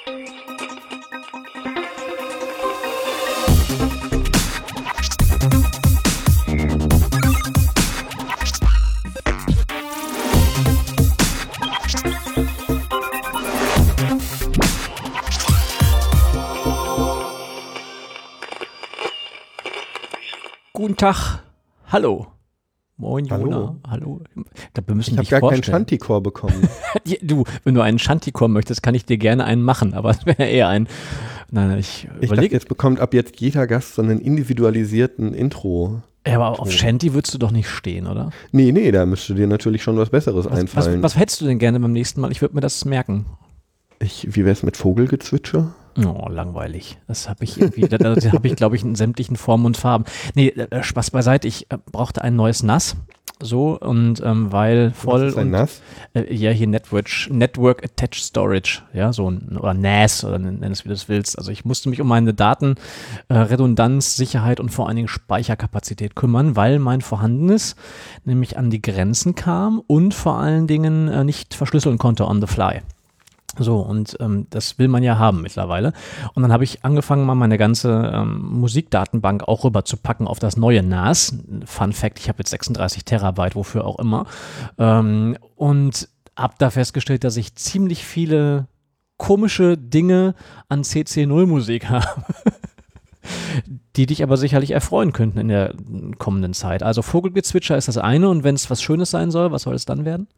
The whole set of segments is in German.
Guten Tag. Hallo. Moin, Jona. Hallo. Wir müssen ich habe gar keinen Shantycore bekommen. Du, wenn du einen Shantycore möchtest, kann ich dir gerne einen machen, aber es wäre eher ein... Nein, ich dachte, jetzt bekommt ab jetzt jeder Gast so einen individualisierten Intro. Ja, aber auf Shanty würdest du doch nicht stehen, oder? Nee, da müsste dir natürlich schon was Besseres einfallen. Was hättest du denn gerne beim nächsten Mal? Ich würde mir das merken. Wie wär's mit Vogelgezwitscher? Oh, langweilig. Das habe ich irgendwie, das habe ich, glaube ich, in sämtlichen Formen und Farben. Nee, Spaß beiseite. Ich brauchte ein neues NAS. So, und weil voll. Was ist ein NAS? Ja, hier Network Attached Storage. Ja, so oder NAS, oder nenn es, wie du es willst. Also ich musste mich um meine Daten, Redundanz, Sicherheit und vor allen Dingen Speicherkapazität kümmern, weil mein vorhandenes nämlich an die Grenzen kam und vor allen Dingen nicht verschlüsseln konnte on the fly. So, und das will man ja haben mittlerweile. Und dann habe ich angefangen, mal meine ganze Musikdatenbank auch rüber zu packen auf das neue NAS. Fun Fact, ich habe jetzt 36 Terabyte, wofür auch immer. Und habe da festgestellt, dass ich ziemlich viele komische Dinge an CC0-Musik habe. Die dich aber sicherlich erfreuen könnten in der kommenden Zeit. Also Vogelgezwitscher ist das eine, und wenn es was Schönes sein soll, was soll es dann werden?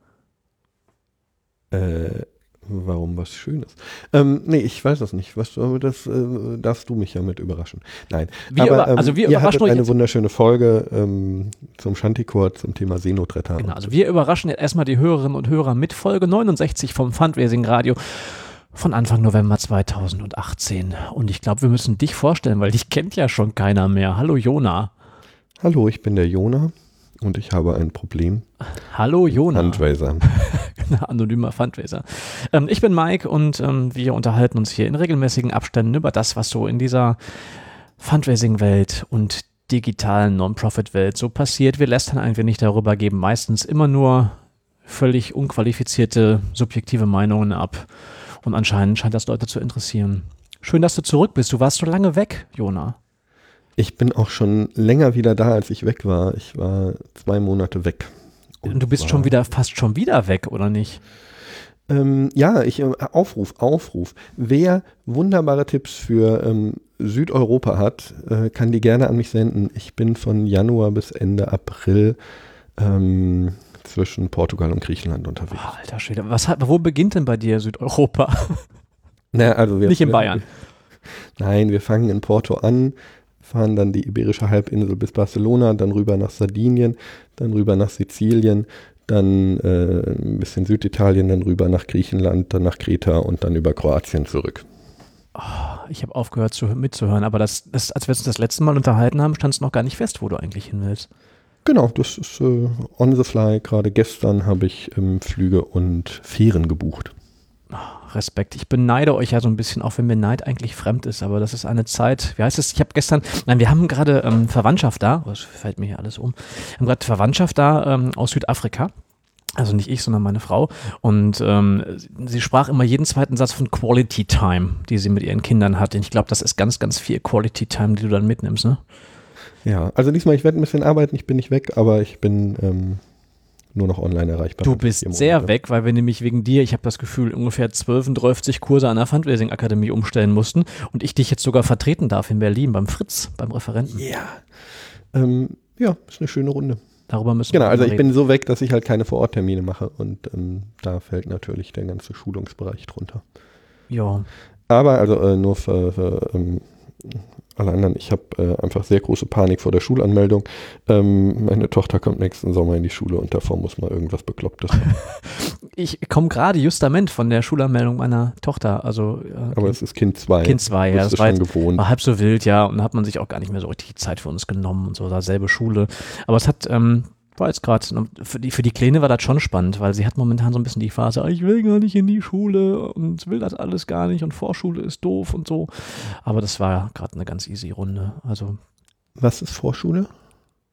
Warum was Schönes? Nee, ich weiß das nicht. Das darfst du mich ja mit überraschen. Nein. Wir ihr hattet eine wunderschöne Folge zum Shantycore zum Thema Seenotretter. Genau, also wir überraschen jetzt erstmal die Hörerinnen und Hörer mit Folge 69 vom Fundraising Radio von Anfang November 2018. Und ich glaube, wir müssen dich vorstellen, weil dich kennt ja schon keiner mehr. Hallo Jona. Hallo, ich bin der Jona. Und ich habe ein Problem. Hallo Jona. Fundraiser. Anonymer Fundraiser. Ich bin Mike, und wir unterhalten uns hier in regelmäßigen Abständen über das, was so in dieser Fundraising-Welt und digitalen Non-Profit-Welt so passiert. Wir lästern ein wenig darüber, geben meistens immer nur völlig unqualifizierte, subjektive Meinungen ab. Und anscheinend scheint das Leute zu interessieren. Schön, dass du zurück bist. Du warst so lange weg, Jona. Ich bin auch schon länger wieder da, als ich weg war. Ich war 2 Monate weg. Und du bist fast schon wieder weg, oder nicht? Ja, Aufruf. Wer wunderbare Tipps für Südeuropa hat, kann die gerne an mich senden. Ich bin von Januar bis Ende April zwischen Portugal und Griechenland unterwegs. Oh, alter Schwede. Wo beginnt denn bei dir Südeuropa? Nicht in Bayern. Nein, wir fangen in Porto an, fahren dann die Iberische Halbinsel bis Barcelona, dann rüber nach Sardinien, dann rüber nach Sizilien, dann ein bisschen Süditalien, dann rüber nach Griechenland, dann nach Kreta und dann über Kroatien zurück. Oh, ich habe aufgehört mitzuhören, aber als wir uns das letzte Mal unterhalten haben, stand es noch gar nicht fest, wo du eigentlich hin willst. Genau, das ist on the fly. Gerade gestern habe ich Flüge und Fähren gebucht. Respekt. Ich beneide euch ja so ein bisschen, auch wenn mir Neid eigentlich fremd ist, aber das ist eine Zeit, wie heißt es, wir haben gerade Verwandtschaft da, was fällt mir hier alles um, wir haben gerade Verwandtschaft da aus Südafrika, also nicht ich, sondern meine Frau, und sie sprach immer jeden zweiten Satz von Quality Time, die sie mit ihren Kindern hat, und ich glaube, das ist ganz, ganz viel Quality Time, die du dann mitnimmst, ne? Ja, also diesmal, ich werde ein bisschen arbeiten, ich bin nicht weg, aber ich bin nur noch online erreichbar. Du bist sehr weg, weil wir nämlich wegen dir, ich habe das Gefühl, ungefähr 12 Kurse an der Fundraising-Akademie umstellen mussten und ich dich jetzt sogar vertreten darf in Berlin beim Fritz, beim Referenten. Ja. Ist eine schöne Runde. Darüber müssen wir reden. Also ich bin so weg, dass ich halt keine Vororttermine mache, und da fällt natürlich der ganze Schulungsbereich drunter. Ja. Aber also nur für alle anderen, ich habe einfach sehr große Panik vor der Schulanmeldung. Meine Tochter kommt nächsten Sommer in die Schule und davor muss mal irgendwas Beklopptes machen. Ich komme gerade justament von der Schulanmeldung meiner Tochter. Aber es ist Kind 2. Kind 2, ja. Das war schon gewohnt. War halb so wild, ja. Und hat man sich auch gar nicht mehr so richtig Zeit für uns genommen und so, da selbe Schule. Aber es hat, war jetzt gerade, für die Kleine war das schon spannend, weil sie hat momentan so ein bisschen die Phase, ich will gar nicht in die Schule und will das alles gar nicht und Vorschule ist doof und so. Aber das war gerade eine ganz easy Runde. Also, was ist Vorschule?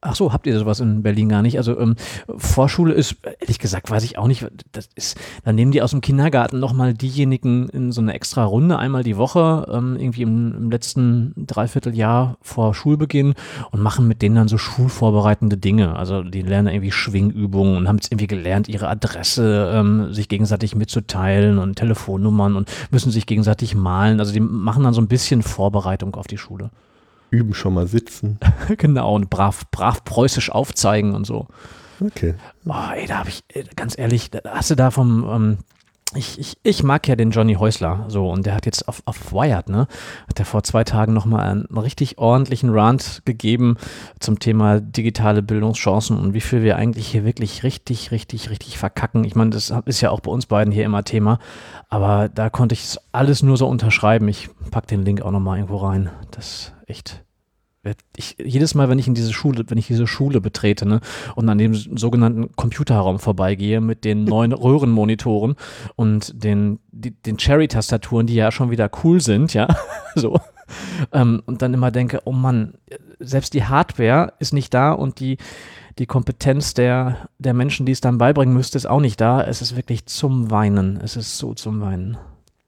Ach so, habt ihr sowas in Berlin gar nicht? Also Vorschule ist, ehrlich gesagt, weiß ich auch nicht, dann nehmen die aus dem Kindergarten nochmal diejenigen in so eine extra Runde einmal die Woche, irgendwie im letzten Dreivierteljahr vor Schulbeginn und machen mit denen dann so schulvorbereitende Dinge. Also die lernen irgendwie Schwingübungen und haben jetzt irgendwie gelernt, ihre Adresse sich gegenseitig mitzuteilen und Telefonnummern und müssen sich gegenseitig malen. Also die machen dann so ein bisschen Vorbereitung auf die Schule. Üben schon mal sitzen. Genau, und brav preußisch aufzeigen und so. Okay. Oh, ey, da habe ich, ganz ehrlich, hast du da vom, ich mag ja den Johnny Häusler, so, und der hat jetzt auf Wired, ne, hat er vor 2 Tagen nochmal einen richtig ordentlichen Rant gegeben zum Thema digitale Bildungschancen und wie viel wir eigentlich hier wirklich richtig verkacken. Ich meine, das ist ja auch bei uns beiden hier immer Thema, aber da konnte ich es alles nur so unterschreiben. Ich pack den Link auch nochmal irgendwo rein. Das ist echt. Jedes Mal, wenn ich diese Schule betrete, ne, und an dem sogenannten Computerraum vorbeigehe mit den neuen Röhrenmonitoren und den Cherry-Tastaturen, die ja schon wieder cool sind, ja, so, und dann immer denke, oh Mann, selbst die Hardware ist nicht da und die Kompetenz der Menschen, die es dann beibringen müsste, ist auch nicht da. Es ist wirklich zum Weinen. Es ist so zum Weinen.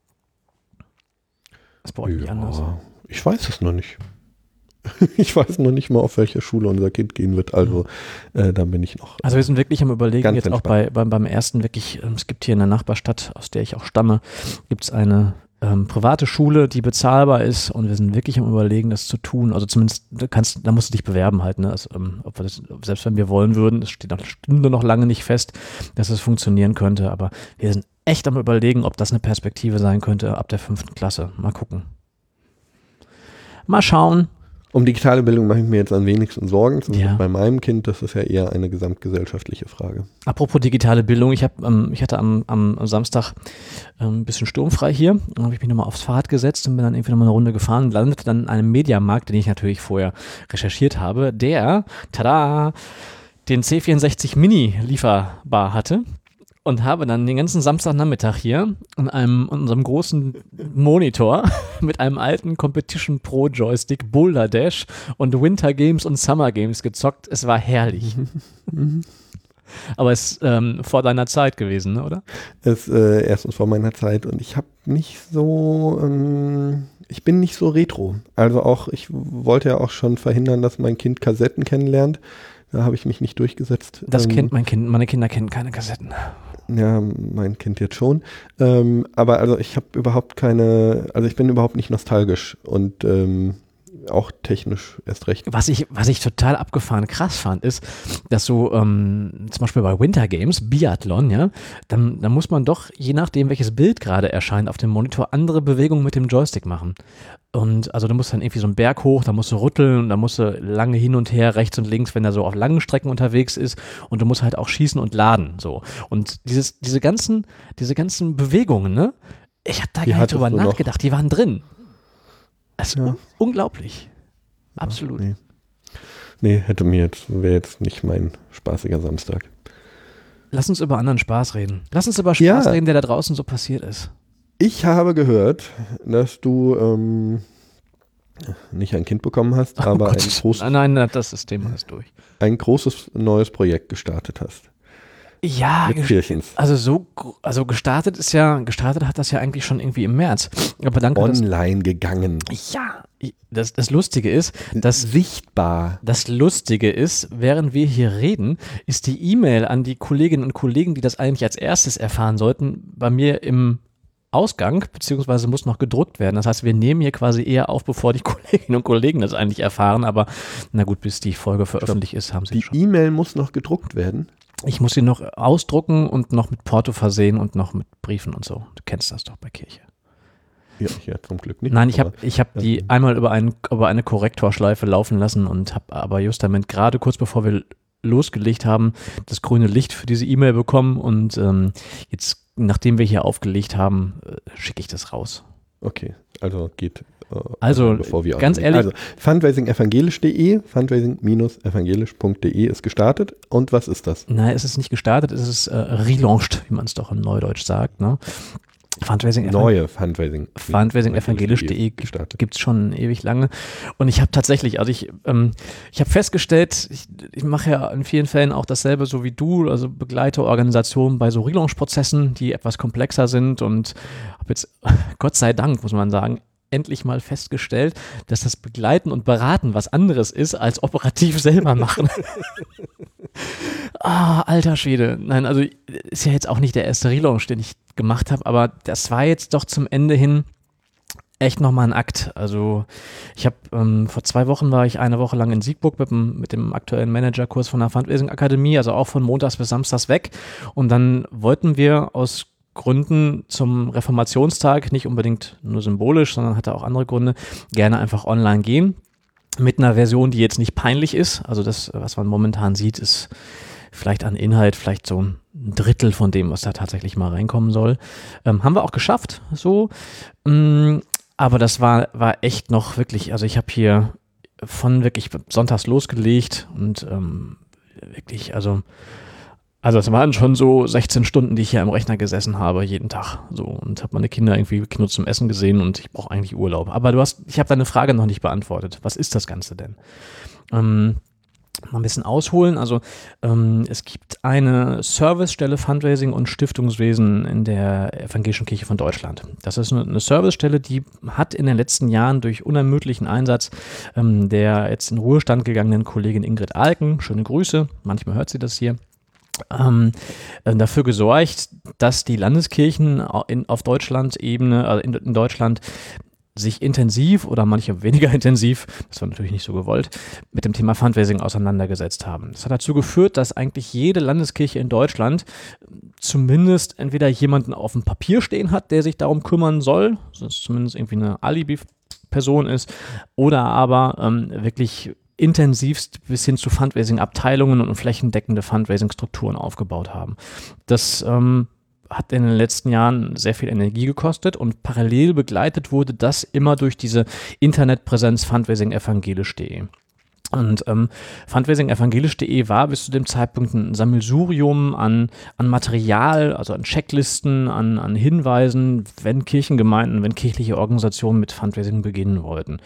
Das brauche ich nicht anders. Ich weiß es noch nicht. Ich weiß noch nicht mal, auf welche Schule unser Kind gehen wird, also da bin ich noch. Also wir sind wirklich am Überlegen, jetzt entspannt. auch beim ersten wirklich, es gibt hier in der Nachbarstadt, aus der ich auch stamme, gibt es eine private Schule, die bezahlbar ist und wir sind wirklich am Überlegen, das zu tun. Also zumindest, da musst du dich bewerben halt, ne? Also, ob wir das, selbst wenn wir wollen würden, es steht noch lange nicht fest, dass es funktionieren könnte, aber wir sind echt am Überlegen, ob das eine Perspektive sein könnte ab der 5. Klasse. Mal gucken. Mal schauen. Um digitale Bildung mache ich mir jetzt am wenigsten Sorgen. Ja. Bei meinem Kind, das ist ja eher eine gesamtgesellschaftliche Frage. Apropos digitale Bildung, ich hatte am Samstag ein bisschen sturmfrei hier. Dann habe ich mich nochmal aufs Fahrrad gesetzt und bin dann irgendwie nochmal eine Runde gefahren und landete dann in einem Mediamarkt, den ich natürlich vorher recherchiert habe, der, tada, den C64 Mini lieferbar hatte. Und habe dann den ganzen Samstagnachmittag hier an unserem großen Monitor mit einem alten Competition Pro Joystick Boulder Dash und Winter Games und Summer Games gezockt. Es war herrlich. Aber es ist vor deiner Zeit gewesen, ne, oder? Es erstens vor meiner Zeit und ich habe nicht so, ich bin nicht so retro. Also auch, ich wollte ja auch schon verhindern, dass mein Kind Kassetten kennenlernt. Da habe ich mich nicht durchgesetzt. Das kennt mein Kind. Meine Kinder kennen keine Kassetten. Ja, mein Kind jetzt schon. Aber also ich habe überhaupt ich bin überhaupt nicht nostalgisch und auch technisch erst recht. Was ich total abgefahren krass fand, ist, dass so zum Beispiel bei Winter Games, Biathlon, ja, dann muss man doch, je nachdem welches Bild gerade erscheint auf dem Monitor, andere Bewegungen mit dem Joystick machen. Und also du musst dann irgendwie so einen Berg hoch, da musst du rütteln und da musst du lange hin und her, rechts und links, wenn er so auf langen Strecken unterwegs ist, und du musst halt auch schießen und laden, so. Und diese ganzen Bewegungen, ne, ich habe da gar nicht drüber nachgedacht, die waren drin. Das ist unglaublich. Absolut. Nee, wäre jetzt nicht mein spaßiger Samstag. Lass uns über anderen Spaß reden. Lass uns über Spaß reden, der da draußen so passiert ist. Ich habe gehört, dass du nicht ein Kind bekommen hast, aber das Thema ist durch. Ein großes neues Projekt gestartet hast. Ja, Kirchens. Also gestartet hat das ja eigentlich schon irgendwie im März. Aber dann online gegangen. Ja, das Lustige ist, sichtbar. Das Lustige ist, während wir hier reden, ist die E-Mail an die Kolleginnen und Kollegen, die das eigentlich als erstes erfahren sollten, bei mir im Ausgang, beziehungsweise muss noch gedruckt werden. Das heißt, wir nehmen hier quasi eher auf, bevor die Kolleginnen und Kollegen das eigentlich erfahren. Aber na gut, bis die Folge veröffentlicht ist, haben sie schon. Die E-Mail muss noch gedruckt werden? Ich muss sie noch ausdrucken und noch mit Porto versehen und noch mit Briefen und so. Du kennst das doch bei Kirche. Ja, zum Glück nicht. Nein, ich hab die einmal über eine Korrektorschleife laufen lassen und habe aber justament gerade kurz bevor wir losgelegt haben, das grüne Licht für diese E-Mail bekommen und jetzt, nachdem wir hier aufgelegt haben, schicke ich das raus. Okay, also geht. Bevor wir ganz ehrlich. Also fundraisingevangelisch.de, fundraising-evangelisch.de ist gestartet. Und was ist das? Nein, es ist nicht gestartet, es ist relaunched, wie man es doch in Neudeutsch sagt. Ne? neue Fundraising. Fundraising-evangelisch.de gibt es schon ewig lange. Und ich habe tatsächlich, also ich habe festgestellt, ich mache ja in vielen Fällen auch dasselbe so wie du, also begleite Organisationen bei so Relaunch-Prozessen, die etwas komplexer sind und habe jetzt, Gott sei Dank, muss man sagen, endlich mal festgestellt, dass das Begleiten und Beraten was anderes ist, als operativ selber machen. Alter Schwede. Nein, also ist ja jetzt auch nicht der erste Relaunch, den ich gemacht habe, aber das war jetzt doch zum Ende hin echt nochmal ein Akt. Also ich habe vor 2 Wochen war ich eine Woche lang in Siegburg mit dem aktuellen Managerkurs von der Fundraising Akademie, also auch von montags bis samstags weg. Und dann wollten wir aus Gründen zum Reformationstag, nicht unbedingt nur symbolisch, sondern hatte auch andere Gründe, gerne einfach online gehen. Mit einer Version, die jetzt nicht peinlich ist. Also das, was man momentan sieht, ist vielleicht an Inhalt vielleicht so ein Drittel von dem, was da tatsächlich mal reinkommen soll. Haben wir auch geschafft, so. Aber das war echt noch wirklich, also ich habe hier von wirklich sonntags losgelegt und wirklich, also es waren schon so 16 Stunden, die ich hier am Rechner gesessen habe, jeden Tag. So, und habe meine Kinder irgendwie Kino zum Essen gesehen und ich brauche eigentlich Urlaub. Aber ich habe deine Frage noch nicht beantwortet. Was ist das Ganze denn? Mal ein bisschen ausholen. Also es gibt eine Servicestelle Fundraising und Stiftungswesen in der Evangelischen Kirche von Deutschland. Das ist eine Servicestelle, die hat in den letzten Jahren durch unermüdlichen Einsatz der jetzt in Ruhestand gegangenen Kollegin Ingrid Alken, schöne Grüße, manchmal hört sie das hier, dafür gesorgt, dass die Landeskirchen auf Deutschland-Ebene, also in Deutschland, sich intensiv oder manche weniger intensiv, das war natürlich nicht so gewollt, mit dem Thema Fundraising auseinandergesetzt haben. Das hat dazu geführt, dass eigentlich jede Landeskirche in Deutschland zumindest entweder jemanden auf dem Papier stehen hat, der sich darum kümmern soll, dass es zumindest irgendwie eine Alibi-Person ist, oder aber wirklich intensivst bis hin zu Fundraising-Abteilungen und flächendeckende Fundraising-Strukturen aufgebaut haben. Das hat in den letzten Jahren sehr viel Energie gekostet und parallel begleitet wurde das immer durch diese Internetpräsenz fundraising-evangelisch.de. Und fundraising-evangelisch.de war bis zu dem Zeitpunkt ein Sammelsurium an Material, also an Checklisten, an Hinweisen, wenn Kirchengemeinden, wenn kirchliche Organisationen mit Fundraising beginnen wollten.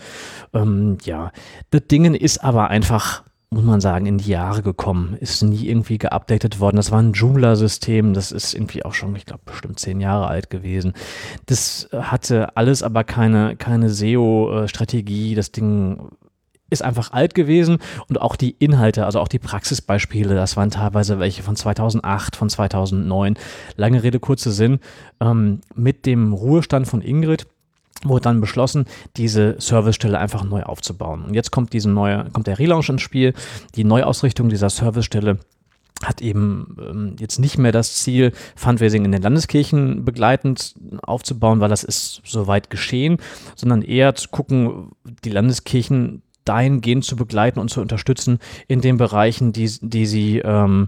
Das Ding ist aber einfach, muss man sagen, in die Jahre gekommen, ist nie irgendwie geupdatet worden. Das war ein Joomla-System, das ist irgendwie auch schon, ich glaube, bestimmt 10 Jahre alt gewesen. Das hatte alles aber keine SEO-Strategie, das Ding ist einfach alt gewesen und auch die Inhalte, also auch die Praxisbeispiele, das waren teilweise welche von 2008, von 2009. Lange Rede, kurzer Sinn. Mit dem Ruhestand von Ingrid wurde dann beschlossen, diese Servicestelle einfach neu aufzubauen. Und jetzt kommt der Relaunch ins Spiel. Die Neuausrichtung dieser Servicestelle hat eben jetzt nicht mehr das Ziel, Fundraising in den Landeskirchen begleitend aufzubauen, weil das ist soweit geschehen, sondern eher zu gucken, die Landeskirchen dahingehend zu begleiten und zu unterstützen in den Bereichen, die sie,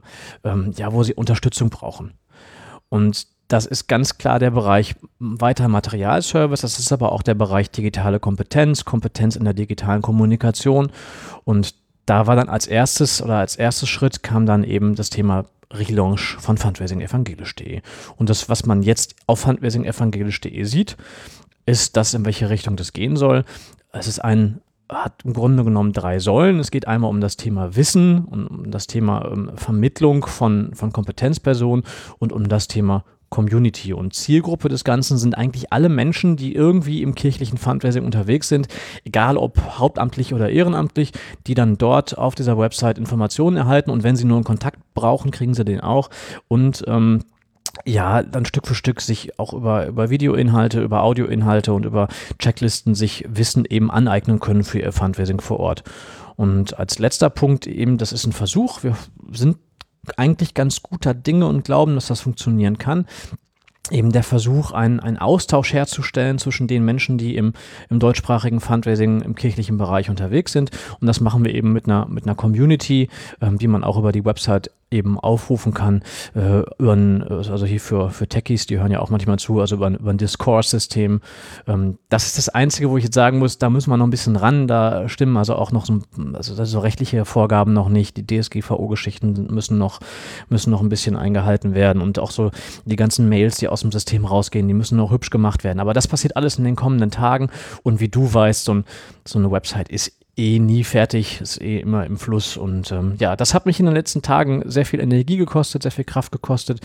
wo sie Unterstützung brauchen. Und das ist ganz klar der Bereich weiter Materialservice, das ist aber auch der Bereich digitale Kompetenz in der digitalen Kommunikation. Und da war dann als erstes Schritt kam dann eben das Thema Relaunch von fundraising-evangelisch.de. Und das, was man jetzt auf fundraising-evangelisch.de sieht, ist das, in welche Richtung das gehen soll. Es hat im Grunde genommen 3 Säulen. Es geht einmal um das Thema Wissen, um das Thema Vermittlung von Kompetenzpersonen und um das Thema Community. Und Zielgruppe des Ganzen sind eigentlich alle Menschen, die irgendwie im kirchlichen Fundraising unterwegs sind, egal ob hauptamtlich oder ehrenamtlich, die dann dort auf dieser Website Informationen erhalten und wenn sie nur einen Kontakt brauchen, kriegen sie den auch und dann Stück für Stück sich auch über Videoinhalte, über Audioinhalte und über Checklisten sich Wissen eben aneignen können für ihr Fundraising vor Ort. Und als letzter Punkt eben, das ist ein Versuch, wir sind eigentlich ganz guter Dinge und glauben, dass das funktionieren kann. Eben der Versuch, einen Austausch herzustellen zwischen den Menschen, die im deutschsprachigen Fundraising im kirchlichen Bereich unterwegs sind. Und das machen wir eben mit einer Community, die man auch über die Website eben aufrufen kann, also hier für Techies, die hören ja auch manchmal zu, also über ein Discourse-System. Das ist das Einzige, wo ich jetzt sagen muss, da müssen wir noch ein bisschen ran, da stimmen also auch noch so rechtliche Vorgaben noch nicht, die DSGVO-Geschichten müssen noch ein bisschen eingehalten werden und auch so die ganzen Mails, die aus dem System rausgehen, die müssen noch hübsch gemacht werden. Aber das passiert alles in den kommenden Tagen und wie du weißt, so eine Website ist nie fertig, ist immer im Fluss und das hat mich in den letzten Tagen sehr viel Energie gekostet, sehr viel Kraft gekostet.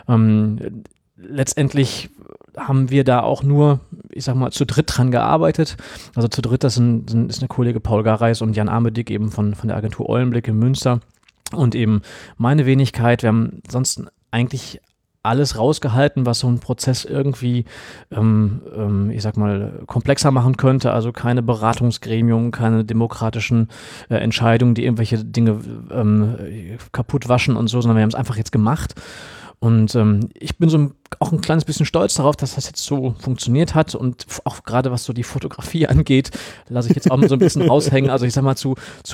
Letztendlich haben wir da auch nur, ich sag mal, zu dritt dran gearbeitet. Also zu dritt, ist eine Kollege Paul Gareis und Jan Armedick eben von der Agentur Eulenblick in Münster und eben meine Wenigkeit. Wir haben sonst eigentlich alles rausgehalten, was so ein Prozess irgendwie, ich sag mal, komplexer machen könnte. Also keine Beratungsgremium, keine demokratischen Entscheidungen, die irgendwelche Dinge kaputt waschen und so, sondern wir haben es einfach jetzt gemacht. Und ich bin auch ein kleines bisschen stolz darauf, dass das jetzt so funktioniert hat und auch gerade was so die Fotografie angeht, lasse ich jetzt auch mal so ein bisschen raushängen. Also ich sag mal zu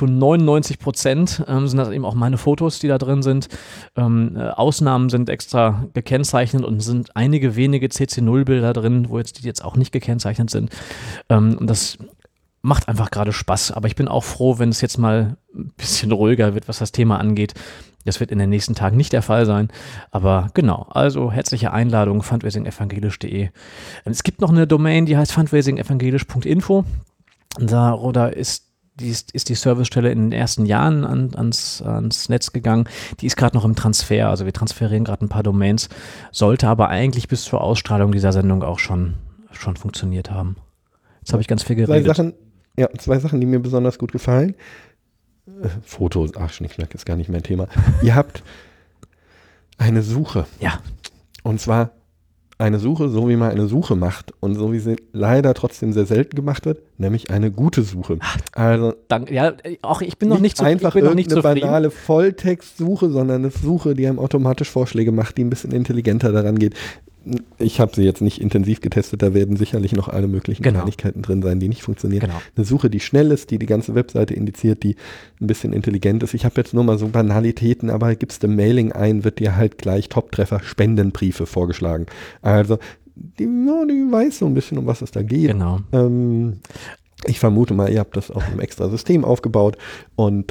99% sind das eben auch meine Fotos, die da drin sind. Ausnahmen sind extra gekennzeichnet und sind einige wenige CC0-Bilder drin, die jetzt auch nicht gekennzeichnet sind. Und das macht einfach gerade Spaß. Aber ich bin auch froh, wenn es jetzt mal ein bisschen ruhiger wird, was das Thema angeht. Das wird in den nächsten Tagen nicht der Fall sein, aber genau, also herzliche Einladung, fundraisingevangelisch.de. Es gibt noch eine Domain, die heißt fundraisingevangelisch.info. Da ist die Servicestelle in den ersten Jahren ans Netz gegangen. Die ist gerade noch im Transfer, also wir transferieren gerade ein paar Domains, sollte aber eigentlich bis zur Ausstrahlung dieser Sendung auch schon funktioniert haben. Jetzt habe ich ganz viel geredet. Zwei Sachen, die mir besonders gut gefallen. Fotos, Schnickschnack ist gar nicht mein Thema. Ihr habt eine Suche. Ja. Und zwar eine Suche, so wie man eine Suche macht und so wie sie leider trotzdem sehr selten gemacht wird, nämlich eine gute Suche. Also auch ich bin noch nicht so einfach irgendeine banale Volltextsuche, sondern eine Suche, die einem automatisch Vorschläge macht, die ein bisschen intelligenter daran geht. Ich habe sie jetzt nicht intensiv getestet, da werden sicherlich noch alle möglichen Kleinigkeiten drin sein, die nicht funktionieren. Genau. Eine Suche, die schnell ist, die ganze Webseite indiziert, die ein bisschen intelligent ist. Ich habe jetzt nur mal so Banalitäten, aber gibst du Mailing ein, wird dir halt gleich Top-Treffer Spendenbriefe vorgeschlagen. Also die weiß so ein bisschen, um was es da geht. Genau. Ich vermute mal, ihr habt das auf einem extra System aufgebaut und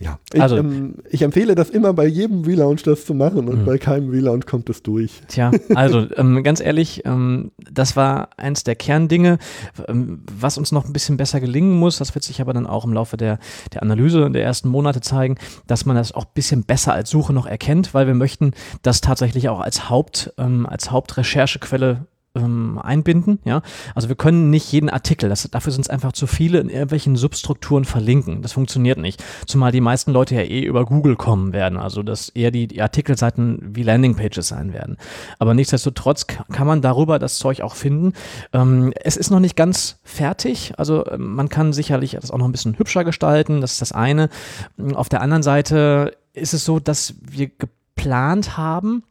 ich empfehle das immer bei jedem Relaunch das zu machen und bei keinem Relaunch kommt es durch. Tja, also ganz ehrlich, das war eins der Kerndinge, was uns noch ein bisschen besser gelingen muss, das wird sich aber dann auch im Laufe der Analyse der ersten Monate zeigen, dass man das auch ein bisschen besser als Suche noch erkennt, weil wir möchten das tatsächlich auch als Hauptrecherchequelle einbinden, ja. Also wir können nicht jeden Artikel, dafür sind es einfach zu viele, in irgendwelchen Substrukturen verlinken. Das funktioniert nicht. Zumal die meisten Leute ja über Google kommen werden, also dass eher die Artikelseiten wie Landingpages sein werden. Aber nichtsdestotrotz kann man darüber das Zeug auch finden. Es ist noch nicht ganz fertig, also man kann sicherlich das auch noch ein bisschen hübscher gestalten, das ist das eine. Auf der anderen Seite ist es so, dass wir geplant haben,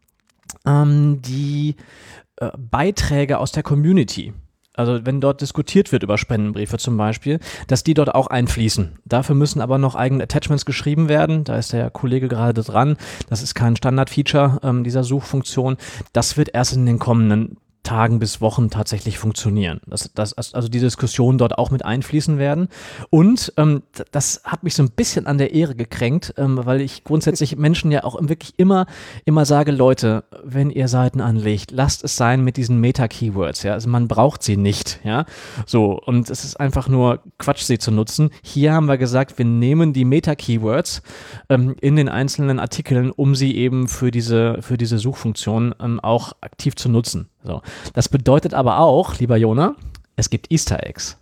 die Beiträge aus der Community, also wenn dort diskutiert wird über Spendenbriefe zum Beispiel, dass die dort auch einfließen. Dafür müssen aber noch eigene Attachments geschrieben werden, da ist der Kollege gerade dran, das ist kein Standard-Feature dieser Suchfunktion, das wird erst in den kommenden Tagen bis Wochen tatsächlich funktionieren. Also die Diskussionen dort auch mit einfließen werden. Und das hat mich so ein bisschen an der Ehre gekränkt, weil ich grundsätzlich Menschen ja auch wirklich immer sage, Leute, wenn ihr Seiten anlegt, lasst es sein mit diesen Meta-Keywords. Ja? Also man braucht sie nicht. Ja? So, und es ist einfach nur Quatsch, sie zu nutzen. Hier haben wir gesagt, wir nehmen die Meta-Keywords in den einzelnen Artikeln, um sie eben für diese Suchfunktion auch aktiv zu nutzen. So. Das bedeutet aber auch, lieber Jona, es gibt Easter Eggs.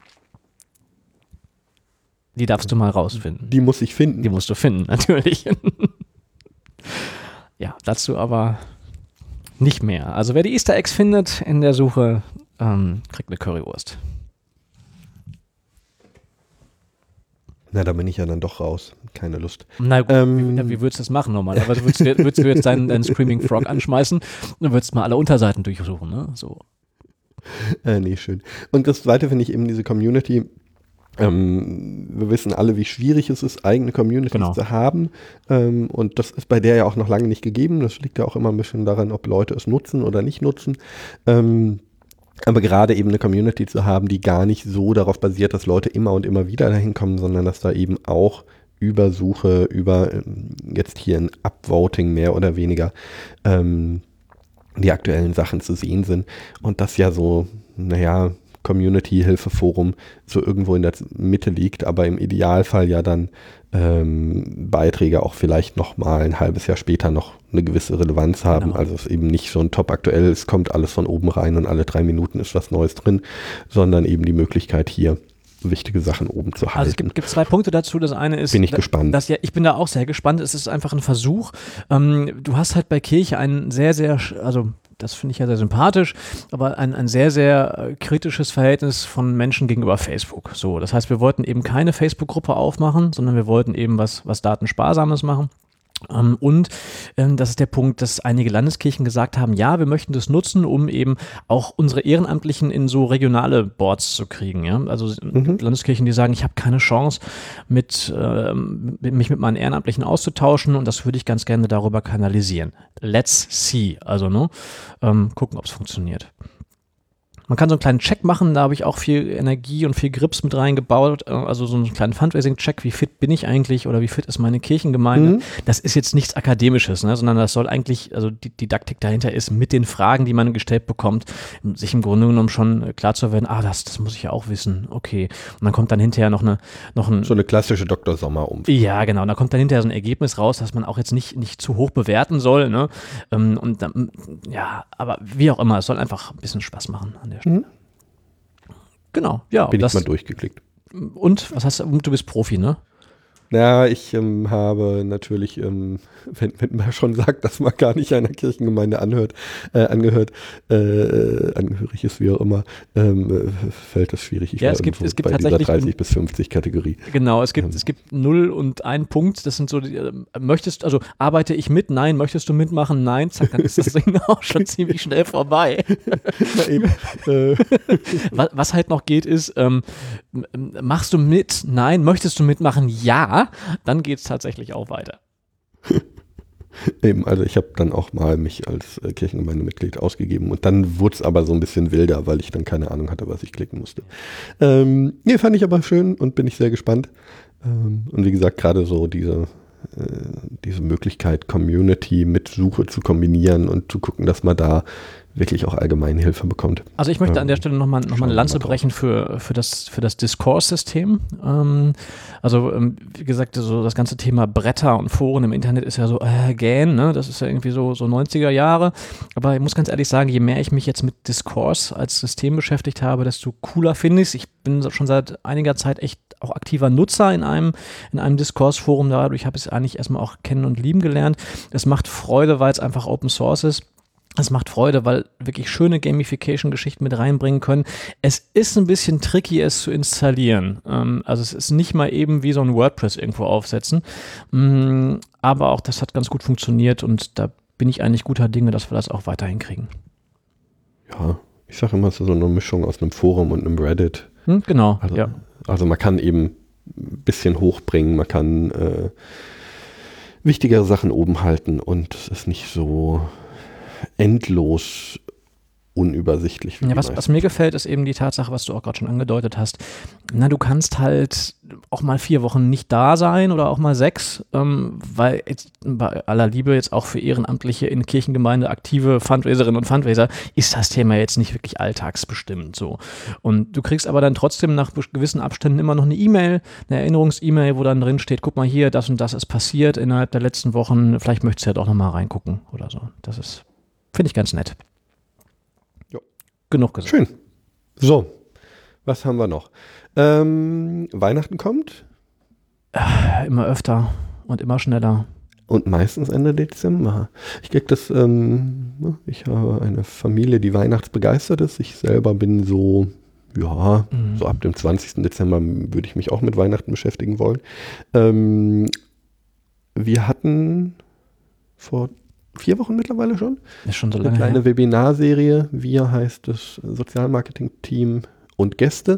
Die darfst du mal rausfinden. Die muss ich finden. Die musst du finden, natürlich. Ja, dazu aber nicht mehr. Also wer die Easter Eggs findet in der Suche, kriegt eine Currywurst. Na, da bin ich ja dann doch raus. Keine Lust. Na gut, wie würdest du das machen nochmal? Aber würdest du jetzt deinen Screaming Frog anschmeißen und würdest mal alle Unterseiten durchsuchen, ne? So. Nee, schön. Und das Zweite finde ich eben diese Community, Wir wissen alle, wie schwierig es ist, eigene Communities zu haben. Und das ist bei der ja auch noch lange nicht gegeben. Das liegt ja auch immer ein bisschen daran, ob Leute es nutzen oder nicht nutzen. Aber gerade eben eine Community zu haben, die gar nicht so darauf basiert, dass Leute immer und immer wieder dahin kommen, sondern dass da eben auch über Suche, über jetzt hier ein Upvoting mehr oder weniger die aktuellen Sachen zu sehen sind. Und das ja so, Community-Hilfe-Forum so irgendwo in der Mitte liegt, aber im Idealfall ja dann Beiträge auch vielleicht noch mal ein halbes Jahr später noch eine gewisse Relevanz haben. Genau. Also es eben nicht so ein top aktuell, es kommt alles von oben rein und alle 3 Minuten ist was Neues drin, sondern eben die Möglichkeit hier wichtige Sachen oben zu halten. Also es gibt 2 Punkte dazu. Das eine ist, bin ich gespannt. Ich bin da auch sehr gespannt. Es ist einfach ein Versuch. Du hast halt bei Kirche einen sehr, sehr, also das finde ich ja sehr sympathisch, aber ein sehr, sehr kritisches Verhältnis von Menschen gegenüber Facebook. So, das heißt, wir wollten eben keine Facebook-Gruppe aufmachen, sondern wir wollten eben was Datensparsames machen. Und das ist der Punkt, dass einige Landeskirchen gesagt haben, ja, wir möchten das nutzen, um eben auch unsere Ehrenamtlichen in so regionale Boards zu kriegen. Ja? Also Landeskirchen, die sagen, ich habe keine Chance, mich mit meinen Ehrenamtlichen auszutauschen und das würde ich ganz gerne darüber kanalisieren. Let's see. Also gucken, ob es funktioniert. Man kann so einen kleinen Check machen, da habe ich auch viel Energie und viel Grips mit reingebaut, also so einen kleinen Fundraising-Check, wie fit bin ich eigentlich oder wie fit ist meine Kirchengemeinde. Das ist jetzt nichts Akademisches, ne, sondern das soll eigentlich, also die Didaktik dahinter ist, mit den Fragen, die man gestellt bekommt, sich im Grunde genommen schon klar zu werden, das muss ich ja auch wissen, okay. Und dann kommt dann hinterher noch ein... So eine klassische Dr. Sommer-Umfrage. Ja, genau, und da kommt dann hinterher so ein Ergebnis raus, das man auch jetzt nicht zu hoch bewerten soll, ne, und dann, aber wie auch immer, es soll einfach ein bisschen Spaß machen an der Stelle. Genau, ja. Bin ich mal durchgeklickt. Und, was hast du bist Profi, ne? Ja, ich habe natürlich, wenn man schon sagt, dass man gar nicht einer Kirchengemeinde angehört, angehörig ist, wie auch immer, fällt das schwierig. Es gibt bei tatsächlich dieser 30 bis 50 Kategorie. Genau, es gibt 0 und 1 Punkt, das sind so, arbeite ich mit? Nein. Möchtest du mitmachen? Nein. Zack, dann ist das Ding auch schon ziemlich schnell vorbei. Na eben. Was halt noch geht ist, machst du mit? Nein. Möchtest du mitmachen? Ja. Dann geht es tatsächlich auch weiter. Eben, also ich habe dann auch mal mich als Kirchengemeindemitglied ausgegeben und dann wurde es aber so ein bisschen wilder, weil ich dann keine Ahnung hatte, was ich klicken musste. Fand ich aber schön und bin ich sehr gespannt. Und wie gesagt, gerade so diese Möglichkeit, Community mit Suche zu kombinieren und zu gucken, dass man da wirklich auch allgemeine Hilfe bekommt. Also ich möchte an der Stelle nochmal eine Lanze brechen für das Discourse-System. Wie gesagt, so das ganze Thema Bretter und Foren im Internet ist ja so ne? Das ist ja irgendwie so 90er Jahre. Aber ich muss ganz ehrlich sagen, je mehr ich mich jetzt mit Discourse als System beschäftigt habe, desto cooler finde ich es. Ich bin schon seit einiger Zeit echt auch aktiver Nutzer in einem Discourse-Forum. Dadurch habe ich es eigentlich erstmal auch kennen und lieben gelernt. Es macht Freude, weil es einfach Open Source ist. Es macht Freude, weil wirklich schöne Gamification-Geschichten mit reinbringen können. Es ist ein bisschen tricky, es zu installieren. Also es ist nicht mal eben wie so ein WordPress irgendwo aufsetzen. Aber auch das hat ganz gut funktioniert und da bin ich eigentlich guter Dinge, dass wir das auch weiterhin kriegen. Ja, ich sage immer, es ist so eine Mischung aus einem Forum und einem Reddit. Genau, Also man kann eben ein bisschen hochbringen, man kann wichtigere Sachen oben halten und es ist nicht so endlos unübersichtlich. Ja, was mir gefällt, ist eben die Tatsache, was du auch gerade schon angedeutet hast. Du kannst halt auch mal 4 Wochen nicht da sein oder auch mal 6, weil jetzt bei aller Liebe jetzt auch für Ehrenamtliche in Kirchengemeinde aktive Fundraiserinnen und Fundraiser ist das Thema jetzt nicht wirklich alltagsbestimmt so. Und du kriegst aber dann trotzdem nach gewissen Abständen immer noch eine E-Mail, eine Erinnerungs-E-Mail, wo dann drin steht, guck mal hier, das und das ist passiert innerhalb der letzten Wochen, vielleicht möchtest du ja doch nochmal reingucken oder so. Das ist, finde ich ganz nett. Genug gesagt. Schön. So, was haben wir noch? Weihnachten kommt? Immer öfter und immer schneller. Und meistens Ende Dezember. Ich krieg das, ich habe eine Familie, die weihnachtsbegeistert ist. Ich selber bin so ab dem 20. Dezember würde ich mich auch mit Weihnachten beschäftigen wollen. Wir hatten vor 4 Wochen mittlerweile schon. Ist schon so eine lange kleine her. Webinarserie. Wir heißt das Sozialmarketing-Team und Gäste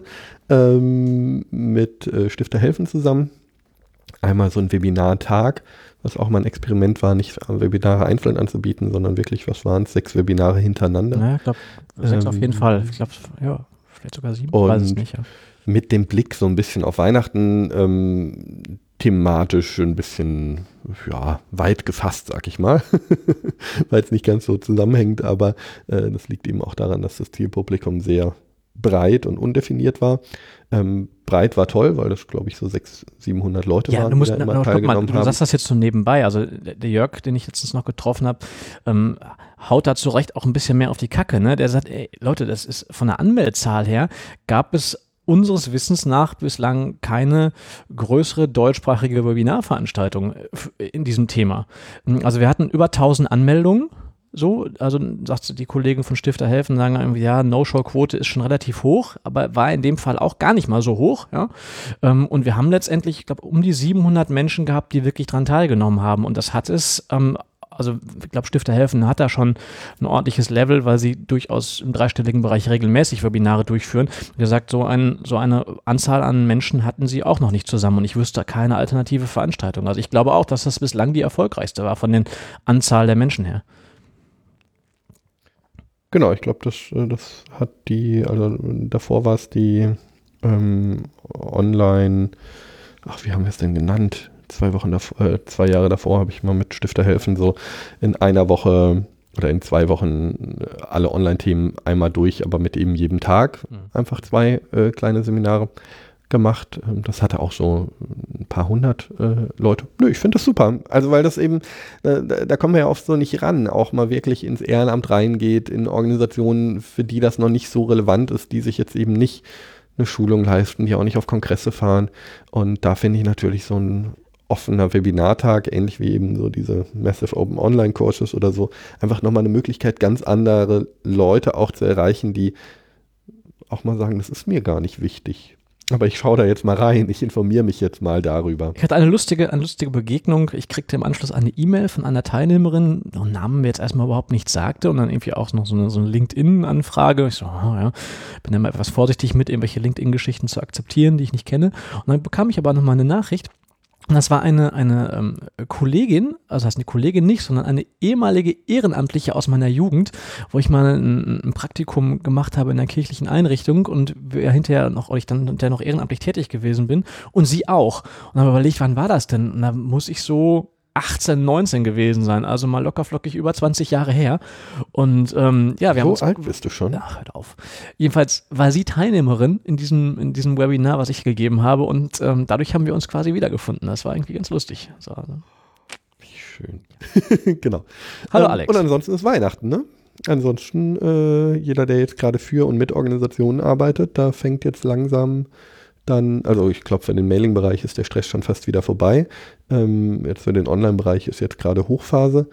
mit Stifter Helfen zusammen. Einmal so ein Webinartag, was auch mal ein Experiment war, nicht Webinare einzeln anzubieten, sondern wirklich, 6 Webinare hintereinander. Naja, ich glaube, 6 auf jeden Fall. Ich glaube, ja, vielleicht sogar 7, weiß es nicht. Ja. Mit dem Blick so ein bisschen auf Weihnachten, thematisch ein bisschen weit gefasst, sag ich mal, weil es nicht ganz so zusammenhängt, aber das liegt eben auch daran, dass das Zielpublikum sehr breit und undefiniert war. Breit war toll, weil das, glaube ich, so 600-700 Leute waren, die da immer teilgenommen haben. Du sagst das jetzt so nebenbei, also der Jörg, den ich letztens noch getroffen habe, haut da zu Recht auch ein bisschen mehr auf die Kacke, ne? Der sagt, ey, Leute, das ist von der Anmeldezahl her, gab es unseres Wissens nach bislang keine größere deutschsprachige Webinarveranstaltung in diesem Thema. Also wir hatten über 1000 Anmeldungen. So, also sagt die Kollegen von Stifter Helfen, sagen irgendwie, ja, No-Show-Quote ist schon relativ hoch, aber war in dem Fall auch gar nicht mal so hoch, ja. Und wir haben letztendlich, ich glaube, um die 700 Menschen gehabt, die wirklich dran teilgenommen haben. Und das hat es, also ich glaube, Stifter Helfen hat da schon ein ordentliches Level, weil sie durchaus im dreistelligen Bereich regelmäßig Webinare durchführen. Wie gesagt, so eine Anzahl an Menschen hatten sie auch noch nicht zusammen und ich wüsste keine alternative Veranstaltung. Also ich glaube auch, dass das bislang die erfolgreichste war von den Anzahl der Menschen her. Genau, ich glaube, das hat also davor war es die Online, wie haben wir es denn genannt? 2 Jahre davor habe ich mal mit Stifter Helfen so in einer Woche oder in 2 Wochen alle Online-Themen einmal durch, aber mit eben jedem Tag einfach 2 kleine Seminare gemacht. Das hatte auch so ein paar hundert Leute. Nö, ich finde das super. Also weil das eben, da kommen wir ja oft so nicht ran, auch mal wirklich ins Ehrenamt reingeht, in Organisationen, für die das noch nicht so relevant ist, die sich jetzt eben nicht eine Schulung leisten, die auch nicht auf Kongresse fahren. Und da finde ich natürlich so ein offener Webinartag, ähnlich wie eben so diese Massive Open Online Courses oder so, einfach nochmal eine Möglichkeit, ganz andere Leute auch zu erreichen, die auch mal sagen, das ist mir gar nicht wichtig. Aber ich schaue da jetzt mal rein, ich informiere mich jetzt mal darüber. Ich hatte eine lustige Begegnung. Ich kriegte im Anschluss eine E-Mail von einer Teilnehmerin, deren Namen mir jetzt erstmal überhaupt nichts sagte und dann irgendwie auch noch so eine LinkedIn-Anfrage. Ich so, bin immer etwas vorsichtig mit, irgendwelche LinkedIn-Geschichten zu akzeptieren, die ich nicht kenne. Und dann bekam ich aber nochmal eine Nachricht. Und das war eine Kollegin, also das heißt eine Kollegin nicht, sondern eine ehemalige Ehrenamtliche aus meiner Jugend, wo ich mal ein Praktikum gemacht habe in einer kirchlichen Einrichtung und ich dann noch ehrenamtlich tätig gewesen bin und sie auch. Und habe überlegt, wann war das denn? Und da muss ich so 18, 19 gewesen sein, also mal lockerflockig über 20 Jahre her. Und wir haben uns. So alt bist du schon? Ach, hört auf. Jedenfalls war sie Teilnehmerin in diesem Webinar, was ich gegeben habe und dadurch haben wir uns quasi wiedergefunden. Das war irgendwie ganz lustig. So, also. Wie schön. Genau. Hallo Alex. Und ansonsten ist Weihnachten, ne? Ansonsten, jeder, der jetzt gerade für und mit Organisationen arbeitet, da fängt jetzt langsam dann, also ich glaube, für den Mailing-Bereich ist der Stress schon fast wieder vorbei. Jetzt für den Online-Bereich ist jetzt gerade Hochphase.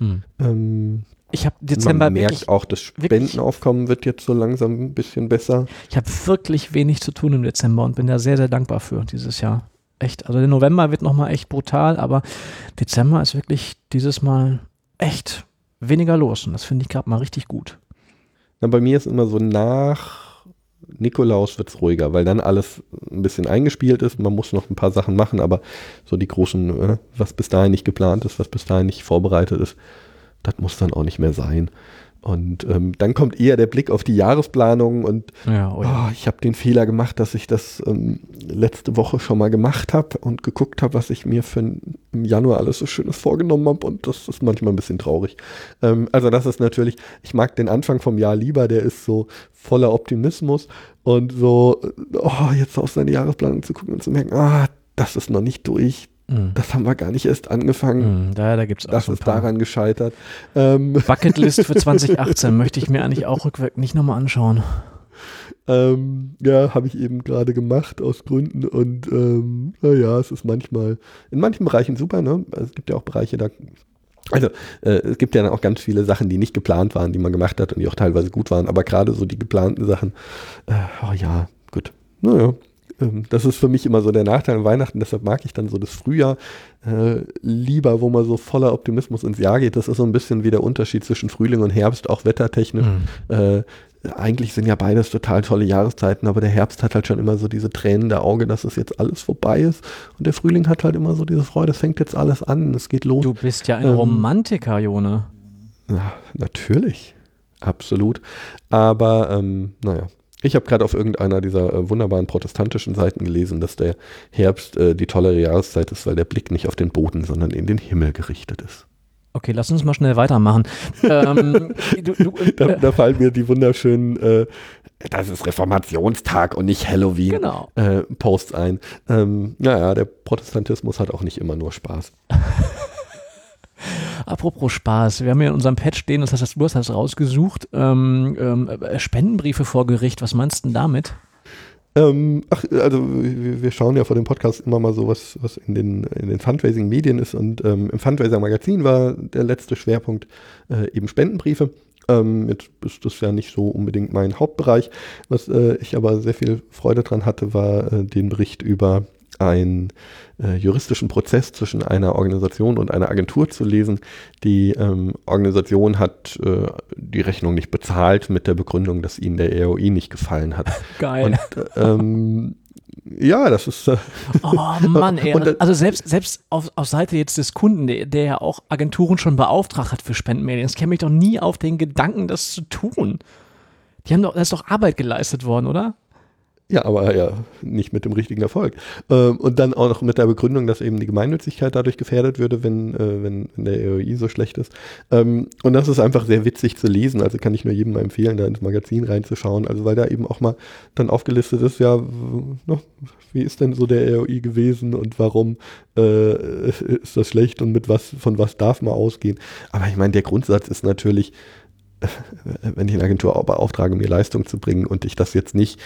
Ich habe Dezember man merkt auch, das Spendenaufkommen wird jetzt so langsam ein bisschen besser. Ich habe wirklich wenig zu tun im Dezember und bin da sehr, sehr dankbar für dieses Jahr. Echt, also der November wird nochmal echt brutal, aber Dezember ist wirklich dieses Mal echt weniger los und das finde ich gerade mal richtig gut. Na, bei mir ist immer so nach Nikolaus wird es ruhiger, weil dann alles ein bisschen eingespielt ist. Man muss noch ein paar Sachen machen, aber so die großen, was bis dahin nicht geplant ist, was bis dahin nicht vorbereitet ist, das muss dann auch nicht mehr sein. Und dann kommt eher der Blick auf die Jahresplanung und ich habe den Fehler gemacht, dass ich das letzte Woche schon mal gemacht habe und geguckt habe, was ich mir im Januar alles so Schönes vorgenommen habe und das ist manchmal ein bisschen traurig. Also das ist natürlich, ich mag den Anfang vom Jahr lieber, der ist so voller Optimismus und so, jetzt auf seine Jahresplanung zu gucken und zu merken, das ist noch nicht durch. Das haben wir gar nicht erst angefangen. Da gibt's auch das so ein ist paar. daran gescheitert. Bucketlist für 2018 möchte ich mir eigentlich auch rückwärts nicht nochmal anschauen. Habe ich eben gerade gemacht aus Gründen und es ist manchmal in manchen Bereichen super, ne? Es gibt ja auch Bereiche, es gibt ja dann auch ganz viele Sachen, die nicht geplant waren, die man gemacht hat und die auch teilweise gut waren, aber gerade so die geplanten Sachen, gut. Naja. Das ist für mich immer so der Nachteil an Weihnachten, deshalb mag ich dann so das Frühjahr lieber, wo man so voller Optimismus ins Jahr geht. Das ist so ein bisschen wie der Unterschied zwischen Frühling und Herbst, auch wettertechnisch. eigentlich sind ja beides total tolle Jahreszeiten, aber der Herbst hat halt schon immer so diese Tränen der Auge, dass es jetzt alles vorbei ist. Und der Frühling hat halt immer so diese Freude, es fängt jetzt alles an, es geht los. Du bist ja ein Romantiker, Jone. Ja, natürlich. Absolut. Aber, naja. Ich habe gerade auf irgendeiner dieser wunderbaren protestantischen Seiten gelesen, dass der Herbst die tollere Jahreszeit ist, weil der Blick nicht auf den Boden, sondern in den Himmel gerichtet ist. Okay, lass uns mal schnell weitermachen. Da fallen mir die wunderschönen, das ist Reformationstag und nicht Halloween, genau. Posts ein. Naja, der Protestantismus hat auch nicht immer nur Spaß. Apropos Spaß, wir haben ja in unserem Pad stehen, das heißt, du hast das rausgesucht, Spendenbriefe vor Gericht, was meinst du denn damit? Also wir schauen ja vor dem Podcast immer mal so, was in den Fundraising-Medien ist, und im Fundraiser-Magazin war der letzte Schwerpunkt eben Spendenbriefe. Jetzt ist das ja nicht so unbedingt mein Hauptbereich. Was ich aber sehr viel Freude dran hatte, war den Bericht über einen juristischen Prozess zwischen einer Organisation und einer Agentur zu lesen. Die Organisation hat die Rechnung nicht bezahlt mit der Begründung, dass ihnen der EOI nicht gefallen hat. Geil. Und ja, das ist oh Mann, ey. Also selbst auf Seite jetzt des Kunden, der ja auch Agenturen schon beauftragt hat für Spendenmailings, käme ich doch nie auf den Gedanken, das zu tun. Da ist doch Arbeit geleistet worden, oder? Ja, aber ja, nicht mit dem richtigen Erfolg. Und dann auch noch mit der Begründung, dass eben die Gemeinnützigkeit dadurch gefährdet würde, wenn der EOI so schlecht ist. Und das ist einfach sehr witzig zu lesen. Also kann ich nur jedem mal empfehlen, da ins Magazin reinzuschauen. Also weil da eben auch mal dann aufgelistet ist, ja, wie ist denn so der EOI gewesen und warum ist das schlecht und von was darf man ausgehen. Aber ich meine, der Grundsatz ist natürlich, wenn ich eine Agentur beauftrage, mir Leistung zu bringen und ich das jetzt nicht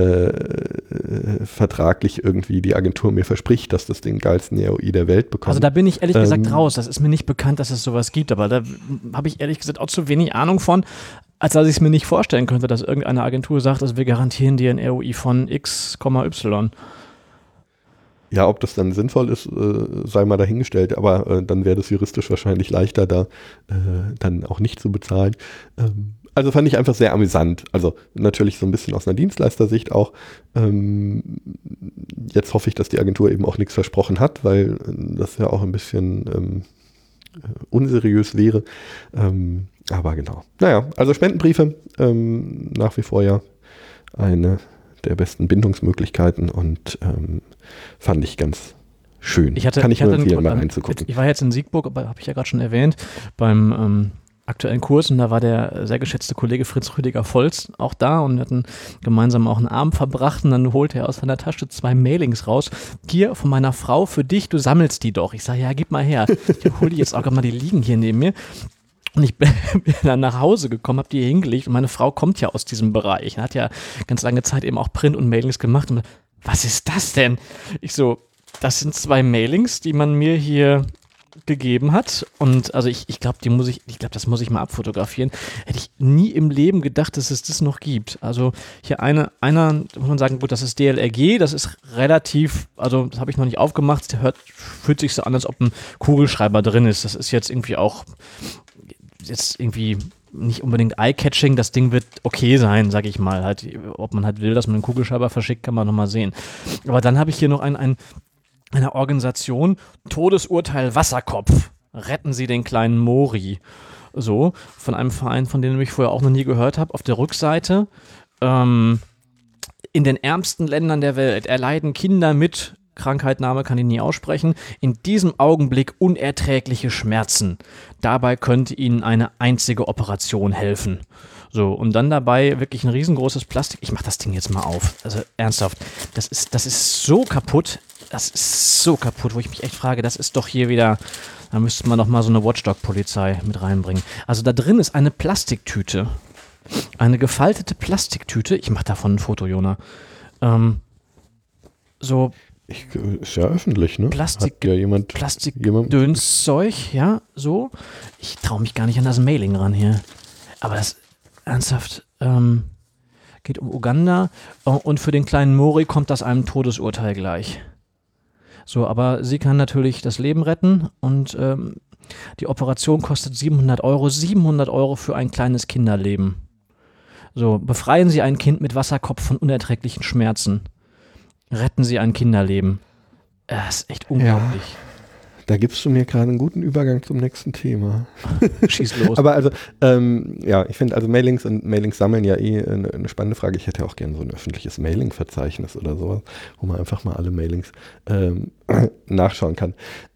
vertraglich irgendwie die Agentur mir verspricht, dass das den geilsten EOI der Welt bekommt. Also da bin ich ehrlich gesagt raus. Das ist mir nicht bekannt, dass es sowas gibt, aber da habe ich ehrlich gesagt auch zu wenig Ahnung von, als dass ich es mir nicht vorstellen könnte, dass irgendeine Agentur sagt, also wir garantieren dir ein EOI von X, Y. Ja, ob das dann sinnvoll ist, sei mal dahingestellt, aber dann wäre das juristisch wahrscheinlich leichter, da dann auch nicht zu bezahlen. Also fand ich einfach sehr amüsant. Also natürlich so ein bisschen aus einer Dienstleistersicht auch. Jetzt hoffe ich, dass die Agentur eben auch nichts versprochen hat, weil das ja auch ein bisschen unseriös wäre. Aber genau. Naja, also Spendenbriefe nach wie vor ja eine der besten Bindungsmöglichkeiten und fand ich ganz schön. Kann ich nur empfehlen, mal reinzugucken. Ich war jetzt in Siegburg, habe ich ja gerade schon erwähnt, beim aktuellen Kurs, und da war der sehr geschätzte Kollege Fritz Rüdiger-Volz auch da und wir hatten gemeinsam auch einen Abend verbracht, und dann holte er aus seiner Tasche 2 Mailings raus. Hier von meiner Frau für dich, du sammelst die doch. Ich sage, ja, gib mal her. Ich hole die jetzt auch mal, die liegen hier neben mir. Und ich bin dann nach Hause gekommen, habe die hier hingelegt, und meine Frau kommt ja aus diesem Bereich und hat ja ganz lange Zeit eben auch Print und Mailings gemacht. Und was ist das denn? Ich so, das sind 2 Mailings, die man mir hier gegeben hat, und also ich glaube, das muss ich mal abfotografieren. Hätte ich nie im Leben gedacht, dass es das noch gibt. Also hier einer, muss man sagen, gut, das ist DLRG, das ist relativ, also das habe ich noch nicht aufgemacht, fühlt sich so an, als ob ein Kugelschreiber drin ist. Das ist jetzt irgendwie auch jetzt irgendwie nicht unbedingt eye-catching, das Ding wird okay sein, sage ich mal. Halt, ob man halt will, dass man einen Kugelschreiber verschickt, kann man nochmal sehen. Aber dann habe ich hier noch eine Organisation, Todesurteil Wasserkopf. Retten Sie den kleinen Mori. So, von einem Verein, von dem ich vorher auch noch nie gehört habe. Auf der Rückseite, in den ärmsten Ländern der Welt erleiden Kinder mit Krankheitname kann ich nie aussprechen, in diesem Augenblick unerträgliche Schmerzen. Dabei könnte Ihnen eine einzige Operation helfen. So, und dann dabei wirklich ein riesengroßes Plastik. Ich mach das Ding jetzt mal auf. Also ernsthaft, das ist so kaputt. Das ist so kaputt, wo ich mich echt frage, das ist doch hier wieder, da müsste man doch mal so eine Watchdog-Polizei mit reinbringen. Also da drin ist eine Plastiktüte. Eine gefaltete Plastiktüte. Ich mach davon ein Foto, Jona. So ist ja öffentlich, ne? Plastikdönszeug, ja, so. Ich traue mich gar nicht an das Mailing ran hier. Aber das, ernsthaft, geht um Uganda, und für den kleinen Mori kommt das einem Todesurteil gleich. So, aber sie kann natürlich das Leben retten, und die Operation kostet 700 Euro. 700 Euro für ein kleines Kinderleben. So, befreien Sie ein Kind mit Wasserkopf von unerträglichen Schmerzen. Retten Sie ein Kinderleben. Das ist echt unglaublich. Ja. Da gibst du mir gerade einen guten Übergang zum nächsten Thema. Schieß los. Aber also, ich finde also Mailings und Mailings sammeln ja eine spannende Frage. Ich hätte ja auch gerne so ein öffentliches Mailing-Verzeichnis oder sowas, wo man einfach mal alle Mailings nachschauen kann.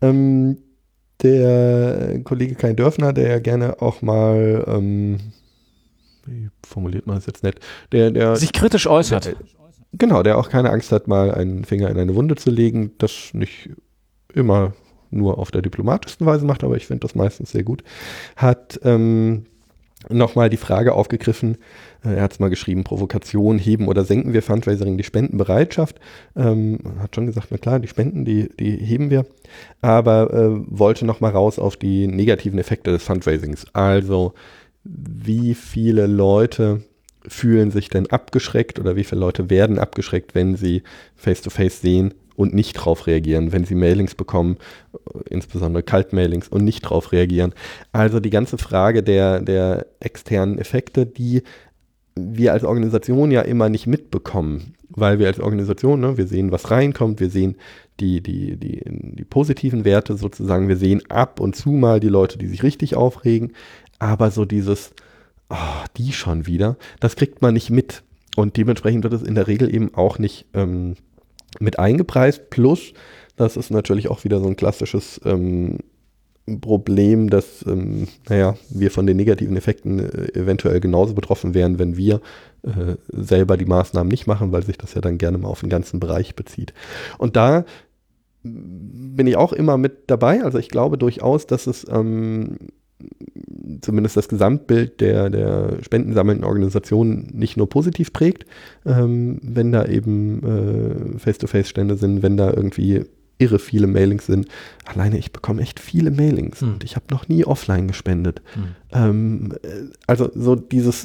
Der Kollege Kai Dörfner, der ja gerne auch mal, wie formuliert man das jetzt nett, der sich kritisch äußert. Genau, der auch keine Angst hat, mal einen Finger in eine Wunde zu legen, das nicht immer nur auf der diplomatischsten Weise macht, aber ich finde das meistens sehr gut, hat nochmal die Frage aufgegriffen, er hat es mal geschrieben, Provokation, heben oder senken wir Fundraising die Spendenbereitschaft, hat schon gesagt, na klar, die Spenden, die heben wir, aber wollte nochmal raus auf die negativen Effekte des Fundraisings, also wie viele Leute fühlen sich denn abgeschreckt oder wie viele Leute werden abgeschreckt, wenn sie Face-to-Face sehen und nicht drauf reagieren, wenn sie Mailings bekommen, insbesondere Kaltmailings und nicht drauf reagieren. Also die ganze Frage der externen Effekte, die wir als Organisation ja immer nicht mitbekommen, weil wir als Organisation, ne, wir sehen, was reinkommt, wir sehen die positiven Werte sozusagen, wir sehen ab und zu mal die Leute, die sich richtig aufregen, aber so dieses, die schon wieder, das kriegt man nicht mit und dementsprechend wird es in der Regel eben auch nicht mit eingepreist, plus, das ist natürlich auch wieder so ein klassisches Problem, dass wir von den negativen Effekten eventuell genauso betroffen wären, wenn wir selber die Maßnahmen nicht machen, weil sich das ja dann gerne mal auf den ganzen Bereich bezieht. Und da bin ich auch immer mit dabei, also ich glaube durchaus, dass es zumindest das Gesamtbild der spendensammelnden Organisationen nicht nur positiv prägt, wenn da eben Face-to-Face-Stände sind, wenn da irgendwie irre viele Mailings sind. Alleine ich bekomme echt viele Mailings und ich habe noch nie offline gespendet. Also so diese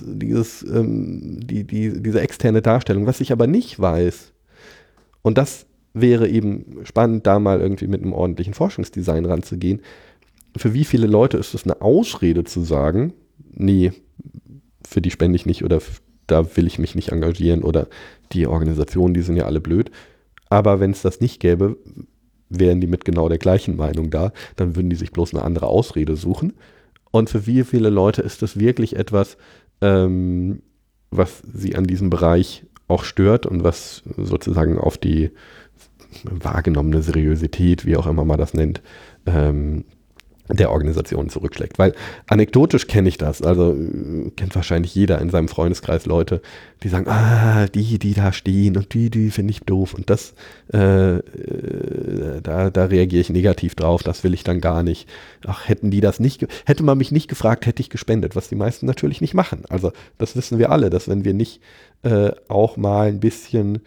externe Darstellung, was ich aber nicht weiß, und das wäre eben spannend, da mal irgendwie mit einem ordentlichen Forschungsdesign ranzugehen. Für wie viele Leute ist es eine Ausrede zu sagen, nee, für die spende ich nicht oder da will ich mich nicht engagieren oder die Organisationen, die sind ja alle blöd. Aber wenn es das nicht gäbe, wären die mit genau der gleichen Meinung da, dann würden die sich bloß eine andere Ausrede suchen. Und für wie viele Leute ist das wirklich etwas, was sie an diesem Bereich auch stört und was sozusagen auf die wahrgenommene Seriosität, wie auch immer man das nennt, der Organisation zurückschlägt. Weil anekdotisch kenne ich das, also kennt wahrscheinlich jeder in seinem Freundeskreis Leute, die sagen, die da stehen und die finde ich doof und das, da reagiere ich negativ drauf, das will ich dann gar nicht. Ach, hätte man mich nicht gefragt, hätte ich gespendet, was die meisten natürlich nicht machen. Also das wissen wir alle, dass wenn wir nicht auch mal ein bisschen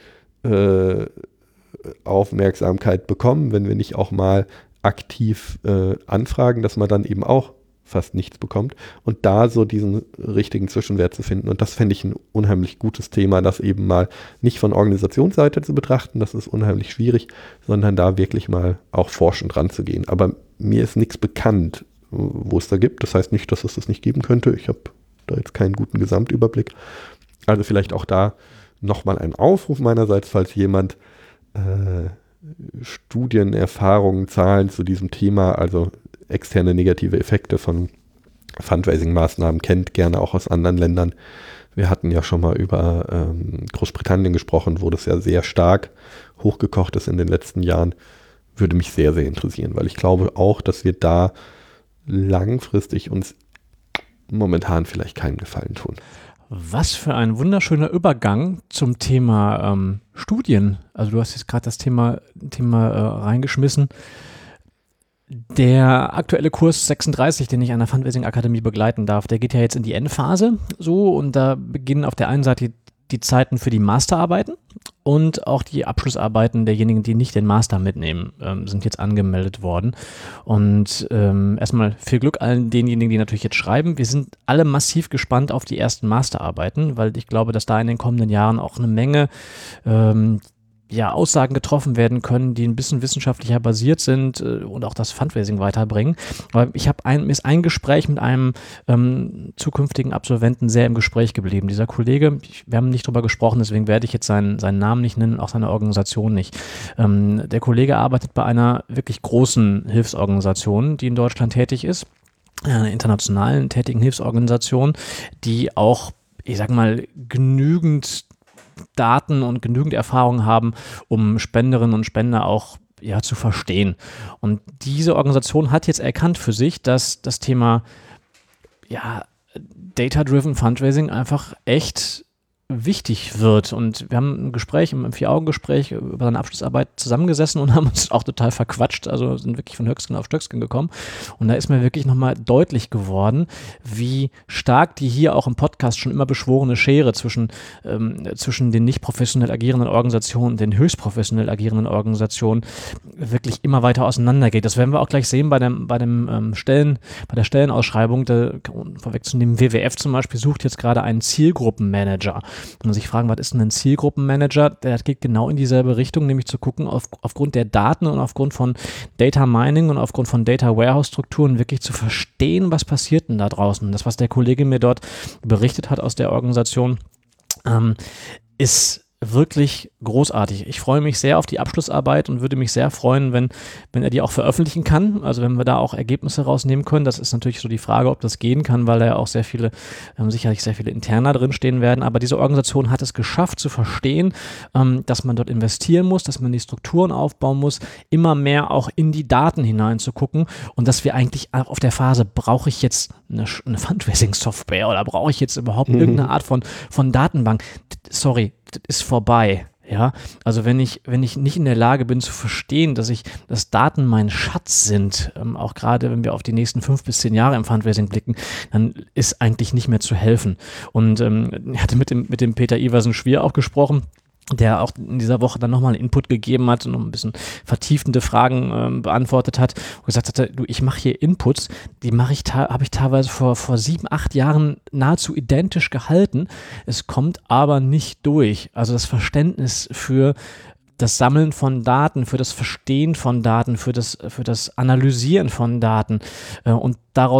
Aufmerksamkeit bekommen, wenn wir nicht auch mal aktiv anfragen, dass man dann eben auch fast nichts bekommt und da so diesen richtigen Zwischenwert zu finden und das fände ich ein unheimlich gutes Thema, das eben mal nicht von Organisationsseite zu betrachten, das ist unheimlich schwierig, sondern da wirklich mal auch forschend ranzugehen. Aber mir ist nichts bekannt, wo es da gibt, das heißt nicht, dass es das nicht geben könnte, ich habe da jetzt keinen guten Gesamtüberblick, also vielleicht auch da nochmal ein Aufruf meinerseits, falls jemand Studien, Erfahrungen, Zahlen zu diesem Thema, also externe negative Effekte von Fundraising-Maßnahmen kennt, gerne auch aus anderen Ländern. Wir hatten ja schon mal über Großbritannien gesprochen, wo das ja sehr stark hochgekocht ist in den letzten Jahren. Würde mich sehr, sehr interessieren, weil ich glaube auch, dass wir da langfristig uns momentan vielleicht keinen Gefallen tun. Was für ein wunderschöner Übergang zum Thema Studien. Also du hast jetzt gerade das Thema reingeschmissen. Der aktuelle Kurs 36, den ich an der Fundraising-Akademie begleiten darf, der geht ja jetzt in die Endphase so und da beginnen auf der einen Seite die Zeiten für die Masterarbeiten und auch die Abschlussarbeiten derjenigen, die nicht den Master mitnehmen, sind jetzt angemeldet worden. Und erstmal viel Glück allen denjenigen, die natürlich jetzt schreiben. Wir sind alle massiv gespannt auf die ersten Masterarbeiten, weil ich glaube, dass da in den kommenden Jahren auch eine Menge Aussagen getroffen werden können, die ein bisschen wissenschaftlicher basiert sind und auch das Fundraising weiterbringen. Aber mir ist ein Gespräch mit einem zukünftigen Absolventen sehr im Gespräch geblieben. Dieser Kollege, wir haben nicht drüber gesprochen, deswegen werde ich jetzt seinen Namen nicht nennen und auch seine Organisation nicht. Der Kollege arbeitet bei einer wirklich großen Hilfsorganisation, die in Deutschland tätig ist, einer internationalen tätigen Hilfsorganisation, die auch, ich sag mal, genügend Daten und genügend Erfahrung haben, um Spenderinnen und Spender auch zu verstehen. Und diese Organisation hat jetzt erkannt für sich, dass das Thema Data-Driven Fundraising einfach echt wichtig wird. Und wir haben ein Gespräch, im Vier-Augen-Gespräch über seine Abschlussarbeit zusammengesessen und haben uns auch total verquatscht, also sind wirklich von Höchstgen auf Stöcksken gekommen. Und da ist mir wirklich nochmal deutlich geworden, wie stark die hier auch im Podcast schon immer beschworene Schere zwischen den nicht professionell agierenden Organisationen und den höchst professionell agierenden Organisationen wirklich immer weiter auseinandergeht. Das werden wir auch gleich sehen bei der Stellenausschreibung. Vorweg zu dem WWF zum Beispiel sucht jetzt gerade einen Zielgruppenmanager. Wenn man sich fragen, was ist denn ein Zielgruppenmanager? Der geht genau in dieselbe Richtung, nämlich zu gucken, aufgrund der Daten und aufgrund von Data Mining und aufgrund von Data Warehouse Strukturen wirklich zu verstehen, was passiert denn da draußen. Das, was der Kollege mir dort berichtet hat aus der Organisation, ist wirklich großartig. Ich freue mich sehr auf die Abschlussarbeit und würde mich sehr freuen, wenn er die auch veröffentlichen kann, also wenn wir da auch Ergebnisse rausnehmen können. Das ist natürlich so die Frage, ob das gehen kann, weil da ja auch sicherlich sehr viele Interner drinstehen werden, aber diese Organisation hat es geschafft zu verstehen, dass man dort investieren muss, dass man die Strukturen aufbauen muss, immer mehr auch in die Daten hineinzugucken und dass wir eigentlich auch auf der Phase, brauche ich jetzt eine Fundraising-Software oder brauche ich jetzt überhaupt irgendeine Art von Datenbank? Sorry, das ist vorbei. Ja, also wenn ich nicht in der Lage bin zu verstehen, dass Daten mein Schatz sind, auch gerade wenn wir auf die nächsten 5 bis 10 Jahre im Fundraising blicken, dann ist eigentlich nicht mehr zu helfen. Und ich hatte mit dem Peter Iversen-Schwier auch gesprochen, der auch in dieser Woche dann nochmal einen Input gegeben hat und noch ein bisschen vertiefende Fragen beantwortet hat und gesagt hatte, du, ich mache hier Inputs, die habe ich teilweise vor 7, 8 Jahren nahezu identisch gehalten. Es kommt aber nicht durch. Also das Verständnis für das Sammeln von Daten, für das Verstehen von Daten, für das Analysieren von Daten und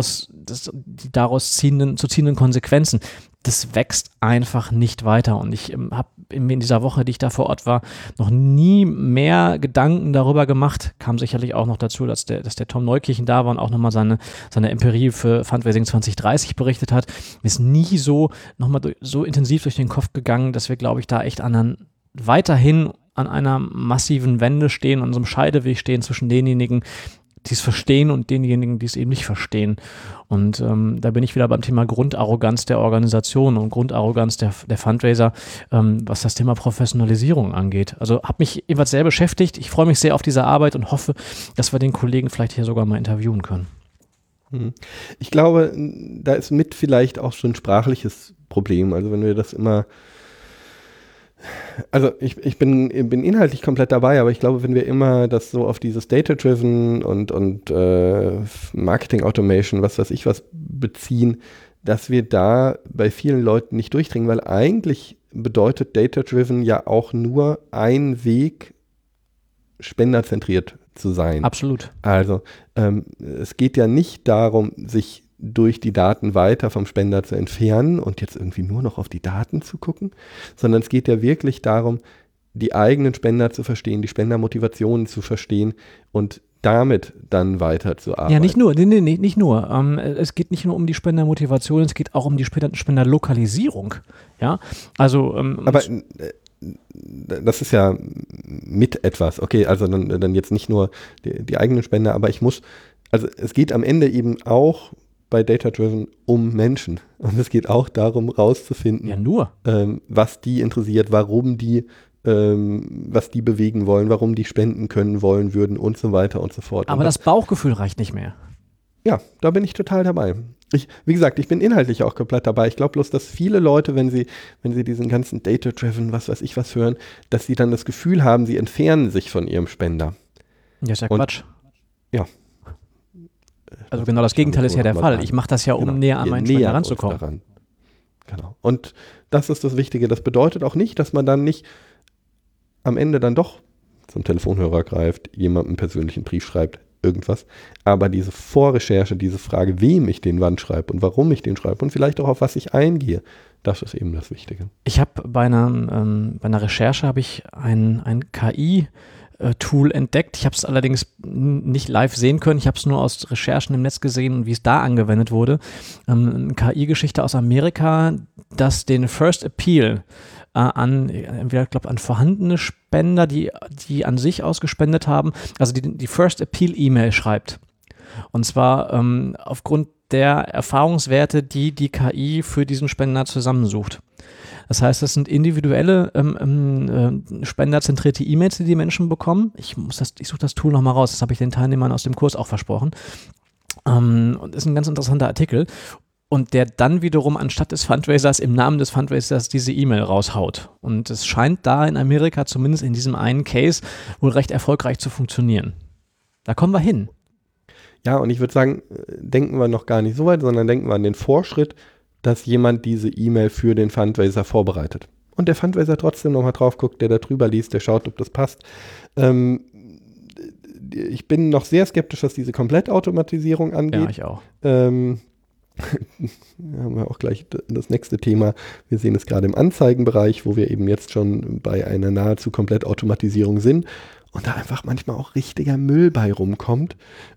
die daraus zu ziehenden Konsequenzen, das wächst einfach nicht weiter. Und ich habe in dieser Woche, die ich da vor Ort war, noch nie mehr Gedanken darüber gemacht. Kam sicherlich auch noch dazu, dass der Tom Neukirchen da war und auch nochmal seine Empirie für Fundraising 2030 berichtet hat. Mir ist nie nochmal so intensiv durch den Kopf gegangen, dass wir, glaube ich, da echt weiterhin an einer massiven Wende stehen, an so einem Scheideweg stehen zwischen denjenigen, die es verstehen und denjenigen, die es eben nicht verstehen. Und da bin ich wieder beim Thema Grundarroganz der Organisation und Grundarroganz der Fundraiser, was das Thema Professionalisierung angeht. Also habe mich jeweils sehr beschäftigt. Ich freue mich sehr auf diese Arbeit und hoffe, dass wir den Kollegen vielleicht hier sogar mal interviewen können. Ich glaube, da ist mit vielleicht auch so ein sprachliches Problem. Also wenn wir das immer Also ich bin inhaltlich komplett dabei, aber ich glaube, wenn wir immer das so auf dieses Data-Driven und Marketing Automation, was weiß ich was, beziehen, dass wir da bei vielen Leuten nicht durchdringen, weil eigentlich bedeutet Data-Driven ja auch nur ein Weg, spenderzentriert zu sein. Absolut. Also es geht ja nicht darum, sich durch die Daten weiter vom Spender zu entfernen und jetzt irgendwie nur noch auf die Daten zu gucken, sondern es geht ja wirklich darum, die eigenen Spender zu verstehen, die Spendermotivationen zu verstehen und damit dann weiterzuarbeiten. Ja, nicht nur. Nicht nur. Es geht nicht nur um die Spendermotivation, es geht auch um die Spenderlokalisierung. Ja, also. Aber das ist ja mit etwas. Okay, also dann jetzt nicht nur die eigenen Spender, aber also es geht am Ende eben auch bei Data-Driven um Menschen. Und es geht auch darum, rauszufinden, was die interessiert, warum die, was die bewegen wollen, warum die spenden können, wollen, würden und so weiter und so fort. Aber das Bauchgefühl reicht nicht mehr. Ja, da bin ich total dabei. Wie gesagt, ich bin inhaltlich auch komplett dabei. Ich glaube bloß, dass viele Leute, wenn sie diesen ganzen Data-Driven, was weiß ich was hören, dass sie dann das Gefühl haben, sie entfernen sich von ihrem Spender. Ja, ist ja Quatsch. Ja. Also genau das Gegenteil ist ja der Fall. Ich mache das ja, um näher an meinen Spender ranzukommen. Genau. Und das ist das Wichtige. Das bedeutet auch nicht, dass man dann nicht am Ende dann doch zum Telefonhörer greift, jemandem einen persönlichen Brief schreibt, irgendwas. Aber diese Vorrecherche, diese Frage, wem ich den wann schreibe und warum ich den schreibe und vielleicht auch auf was ich eingehe, das ist eben das Wichtige. Ich habe bei einer Recherche habe ich ein KI-Tool entdeckt. Ich habe es allerdings nicht live sehen können. Ich habe es nur aus Recherchen im Netz gesehen und wie es da angewendet wurde. Eine KI-Geschichte aus Amerika, das den First Appeal an vorhandene Spender, die an sich ausgespendet haben, also die First Appeal E-Mail schreibt. Und zwar aufgrund der Erfahrungswerte, die KI für diesen Spender zusammensucht. Das heißt, das sind individuelle spenderzentrierte E-Mails, die Menschen bekommen. Ich suche das Tool nochmal raus, das habe ich den Teilnehmern aus dem Kurs auch versprochen. Und ist ein ganz interessanter Artikel. Und der dann wiederum anstatt des Fundraisers im Namen des Fundraisers diese E-Mail raushaut. Und es scheint da in Amerika, zumindest in diesem einen Case, wohl recht erfolgreich zu funktionieren. Da kommen wir hin. Ja, und ich würde sagen, denken wir noch gar nicht so weit, sondern denken wir an den Vorschritt, dass jemand diese E-Mail für den Fundraiser vorbereitet. Und der Fundraiser trotzdem nochmal drauf guckt, der da drüber liest, der schaut, ob das passt. Ich bin noch sehr skeptisch, was diese Komplettautomatisierung angeht. Ja, ich auch. Haben wir auch gleich das nächste Thema. Wir sehen es gerade im Anzeigenbereich, wo wir eben jetzt schon bei einer nahezu Komplettautomatisierung sind und da einfach manchmal auch richtiger Müll bei rumkommt.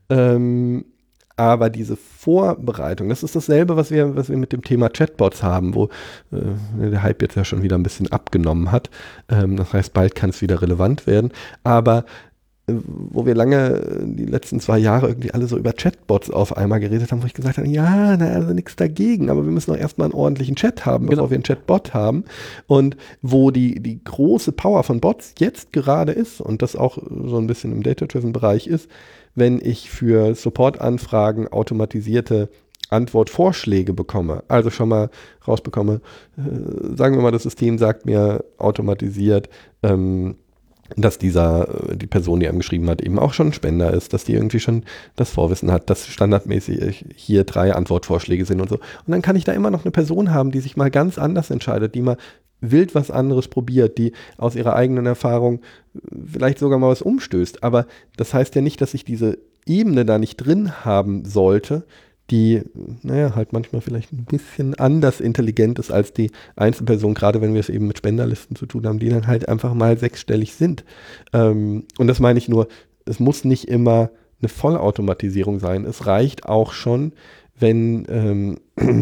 Aber diese Vorbereitung, das ist dasselbe, was wir mit dem Thema Chatbots haben, wo der Hype jetzt ja schon wieder ein bisschen abgenommen hat. Das heißt, bald kann es wieder relevant werden. Aber wo wir lange die letzten 2 Jahre irgendwie alle so über Chatbots auf einmal geredet haben, wo ich gesagt habe, ja, also nichts dagegen, aber wir müssen doch erstmal einen ordentlichen Chat haben, bevor wir einen Chatbot haben. Und wo die große Power von Bots jetzt gerade ist und das auch so ein bisschen im Data-Driven-Bereich ist, wenn ich für Support-Anfragen automatisierte Antwortvorschläge bekomme, also schon mal rausbekomme, sagen wir mal, das System sagt mir automatisiert, dass die Person, die einem geschrieben hat, eben auch schon ein Spender ist, dass die irgendwie schon das Vorwissen hat, dass standardmäßig hier 3 Antwortvorschläge sind und so. Und dann kann ich da immer noch eine Person haben, die sich mal ganz anders entscheidet, die mal wild was anderes probiert, die aus ihrer eigenen Erfahrung vielleicht sogar mal was umstößt. Aber das heißt ja nicht, dass ich diese Ebene da nicht drin haben sollte, die, halt manchmal vielleicht ein bisschen anders intelligent ist als die Einzelperson, gerade wenn wir es eben mit Spenderlisten zu tun haben, die dann halt einfach mal 6-stellig sind. Und das meine ich nur, es muss nicht immer eine Vollautomatisierung sein. Es reicht auch schon, wenn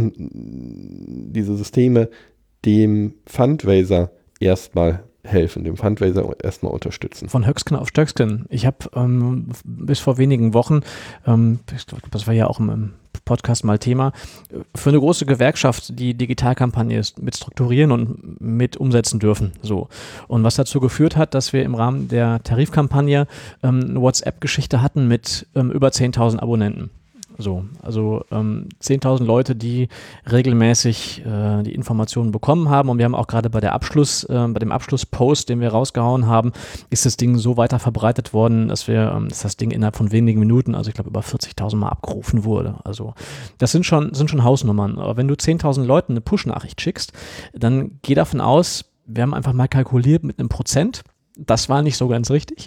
diese Systeme dem Fundraiser erstmal helfen, dem Fundraiser erstmal unterstützen. Von Höcksken auf Stöcksken. Ich habe bis vor wenigen Wochen, ich glaube, das war ja auch im Podcast mal Thema, für eine große Gewerkschaft die Digitalkampagne mit strukturieren und mit umsetzen dürfen. So. Und was dazu geführt hat, dass wir im Rahmen der Tarifkampagne eine WhatsApp-Geschichte hatten mit über 10.000 Abonnenten. So, also 10.000 Leute, die regelmäßig die Informationen bekommen haben, und wir haben auch gerade bei dem Abschlusspost, den wir rausgehauen haben, ist das Ding so weiter verbreitet worden, dass das Ding innerhalb von wenigen Minuten, also ich glaube über 40.000 Mal abgerufen wurde. Also das sind schon Hausnummern. Aber wenn du 10.000 Leuten eine Push-Nachricht schickst, dann geh davon aus, wir haben einfach mal kalkuliert mit einem Prozent. Das war nicht so ganz richtig.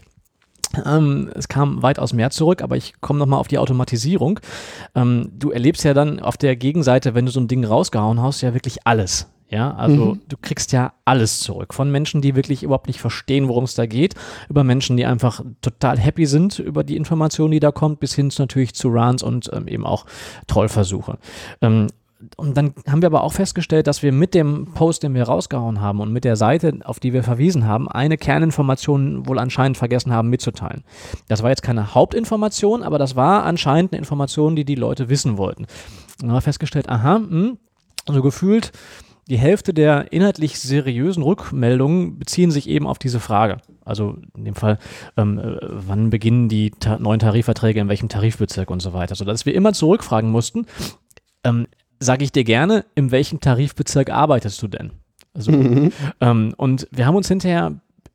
Es kam weitaus mehr zurück, aber ich komme nochmal auf die Automatisierung. Du erlebst ja dann auf der Gegenseite, wenn du so ein Ding rausgehauen hast, ja wirklich alles. Ja, also du kriegst ja alles zurück. Von Menschen, die wirklich überhaupt nicht verstehen, worum es da geht, über Menschen, die einfach total happy sind über die Information, die da kommt, bis hin natürlich zu Runs und eben auch Trollversuche. Und dann haben wir aber auch festgestellt, dass wir mit dem Post, den wir rausgehauen haben und mit der Seite, auf die wir verwiesen haben, eine Kerninformation wohl anscheinend vergessen haben mitzuteilen. Das war jetzt keine Hauptinformation, aber das war anscheinend eine Information, die Leute wissen wollten. Und dann haben wir festgestellt, so gefühlt die Hälfte der inhaltlich seriösen Rückmeldungen beziehen sich eben auf diese Frage. Also in dem Fall, wann beginnen die neuen Tarifverträge, in welchem Tarifbezirk und so weiter. Sodass wir immer zurückfragen mussten, sage ich dir gerne, in welchem Tarifbezirk arbeitest du denn? Also, und wir haben uns hinterher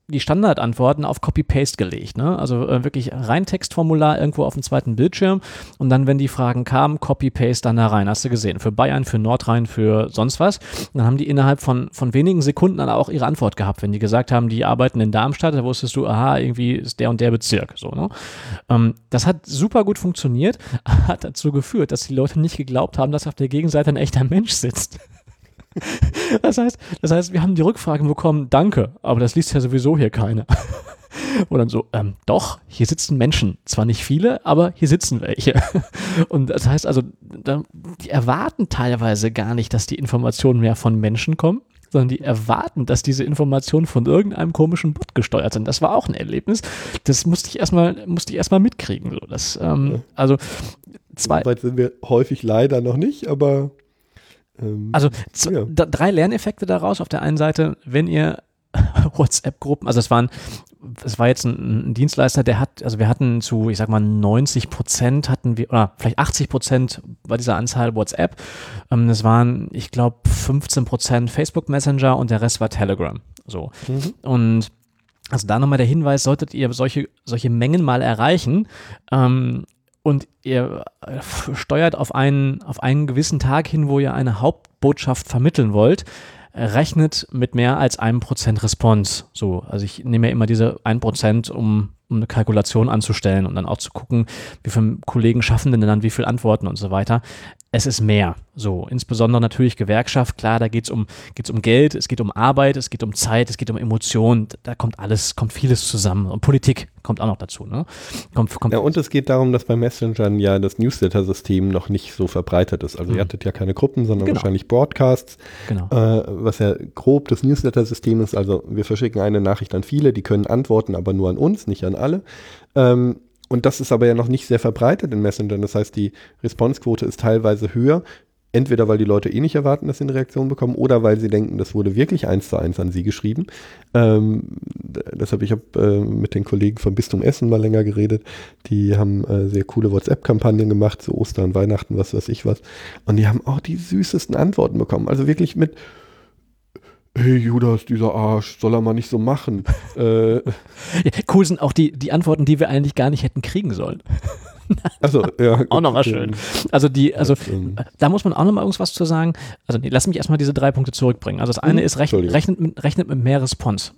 die Standardantworten auf Copy-Paste gelegt, ne? Also wirklich rein Textformular irgendwo auf dem zweiten Bildschirm und dann, wenn die Fragen kamen, Copy-Paste dann da rein, hast du gesehen, für Bayern, für Nordrhein, für sonst was. Und dann haben die innerhalb von wenigen Sekunden dann auch ihre Antwort gehabt, wenn die gesagt haben, die arbeiten in Darmstadt, da wusstest du, aha, irgendwie ist der und der Bezirk, so, ne? Das hat super gut funktioniert, hat dazu geführt, dass die Leute nicht geglaubt haben, dass auf der Gegenseite ein echter Mensch sitzt. Das heißt, wir haben die Rückfragen bekommen, danke, aber das liest ja sowieso hier keiner. Und dann so, doch, hier sitzen Menschen. Zwar nicht viele, aber hier sitzen welche. Und das heißt also, die erwarten teilweise gar nicht, dass die Informationen mehr von Menschen kommen, sondern die erwarten, dass diese Informationen von irgendeinem komischen Bot gesteuert sind. Das war auch ein Erlebnis. Das musste ich erstmal mitkriegen. So. Also zwei. Soweit sind wir häufig leider noch nicht, aber also 3 Lerneffekte daraus. Auf der einen Seite, wenn ihr WhatsApp-Gruppen, also es war jetzt ein Dienstleister, wir hatten zu, ich sag mal 90% hatten wir, oder vielleicht 80% bei dieser Anzahl WhatsApp. Das waren, ich glaube, 15% Facebook Messenger und der Rest war Telegram. So. Und also da nochmal der Hinweis, solltet ihr solche Mengen mal erreichen, und ihr steuert auf einen gewissen Tag hin, wo ihr eine Hauptbotschaft vermitteln wollt, rechnet mit mehr als 1% Response. So, also ich nehme ja immer diese 1%, um eine Kalkulation anzustellen und dann auch zu gucken, wie viele Kollegen schaffen denn dann wie viele Antworten und so weiter. Es ist mehr. So, insbesondere natürlich Gewerkschaft, klar, da geht's um Geld, es geht um Arbeit, es geht um Zeit, es geht um Emotionen, da kommt vieles zusammen. Und Politik kommt auch noch dazu, ne? Ja, und es geht darum, dass bei Messengern ja das Newsletter-System noch nicht so verbreitet ist. Also ihr hattet ja keine Gruppen, sondern wahrscheinlich Broadcasts, was ja grob das Newsletter-System ist. Also wir verschicken eine Nachricht an viele, die können antworten, aber nur an uns, nicht an alle. Und das ist aber ja noch nicht sehr verbreitet in Messengern. Das heißt, die Responsequote ist teilweise höher. Entweder weil die Leute nicht erwarten, dass sie eine Reaktion bekommen, oder weil sie denken, das wurde wirklich 1:1 an sie geschrieben. Deshalb, ich habe mit den Kollegen vom Bistum Essen mal länger geredet. Die haben sehr coole WhatsApp-Kampagnen gemacht, zu Ostern, Weihnachten, was weiß ich was. Und die haben auch die süßesten Antworten bekommen. Also wirklich mit: Hey Judas, dieser Arsch, soll er mal nicht so machen. Ja, cool sind auch die Antworten, die wir eigentlich gar nicht hätten kriegen sollen. Also, ja. Auch nochmal schön. Da muss man auch nochmal irgendwas zu sagen. Also lass mich erstmal diese 3 Punkte zurückbringen. Also das eine ist, rechnet mit mehr Response.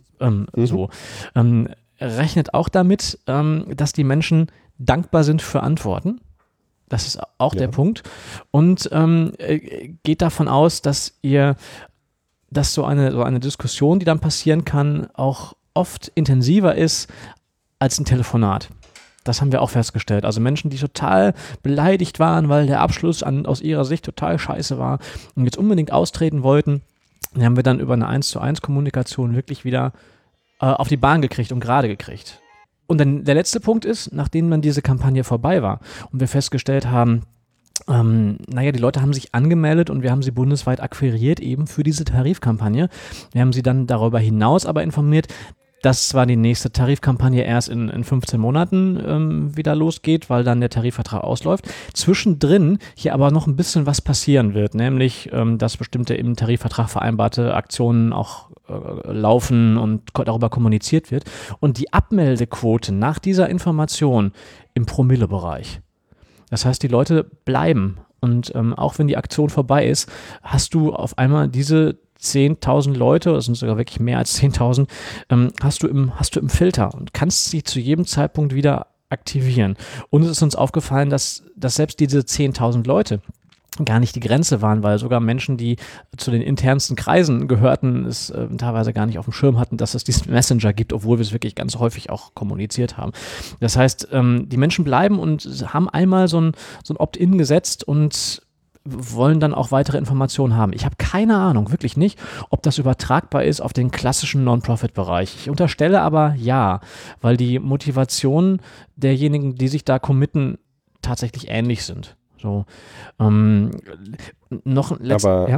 Rechnet auch damit, dass die Menschen dankbar sind für Antworten. Das ist auch der Punkt. Und geht davon aus, dass so eine Diskussion, die dann passieren kann, auch oft intensiver ist als ein Telefonat. Das haben wir auch festgestellt. Also Menschen, die total beleidigt waren, weil der Abschluss aus ihrer Sicht total scheiße war und jetzt unbedingt austreten wollten, die haben wir dann über eine 1:1 Kommunikation wirklich wieder auf die Bahn gekriegt und gerade gekriegt. Und dann der letzte Punkt ist, nachdem dann diese Kampagne vorbei war und wir festgestellt haben, die Leute haben sich angemeldet und wir haben sie bundesweit akquiriert eben für diese Tarifkampagne. Wir haben sie dann darüber hinaus aber informiert, dass zwar die nächste Tarifkampagne erst in 15 Monaten wieder losgeht, weil dann der Tarifvertrag ausläuft. Zwischendrin hier aber noch ein bisschen was passieren wird, nämlich, dass bestimmte im Tarifvertrag vereinbarte Aktionen auch laufen und darüber kommuniziert wird. Und die Abmeldequote nach dieser Information im Promillebereich. Das heißt, die Leute bleiben. Und auch wenn die Aktion vorbei ist, hast du auf einmal diese 10.000 Leute, das sind sogar wirklich mehr als 10.000, hast du im Filter und kannst sie zu jedem Zeitpunkt wieder aktivieren. Und es ist uns aufgefallen, dass selbst diese 10.000 Leute gar nicht die Grenze waren, weil sogar Menschen, die zu den internsten Kreisen gehörten, es teilweise gar nicht auf dem Schirm hatten, dass es diesen Messenger gibt, obwohl wir es wirklich ganz häufig auch kommuniziert haben. Das heißt, die Menschen bleiben und haben einmal so ein Opt-in gesetzt und wollen dann auch weitere Informationen haben. Ich habe keine Ahnung, wirklich nicht, ob das übertragbar ist auf den klassischen Non-Profit-Bereich. Ich unterstelle aber ja, weil die Motivationen derjenigen, die sich da committen, tatsächlich ähnlich sind. So, Ja?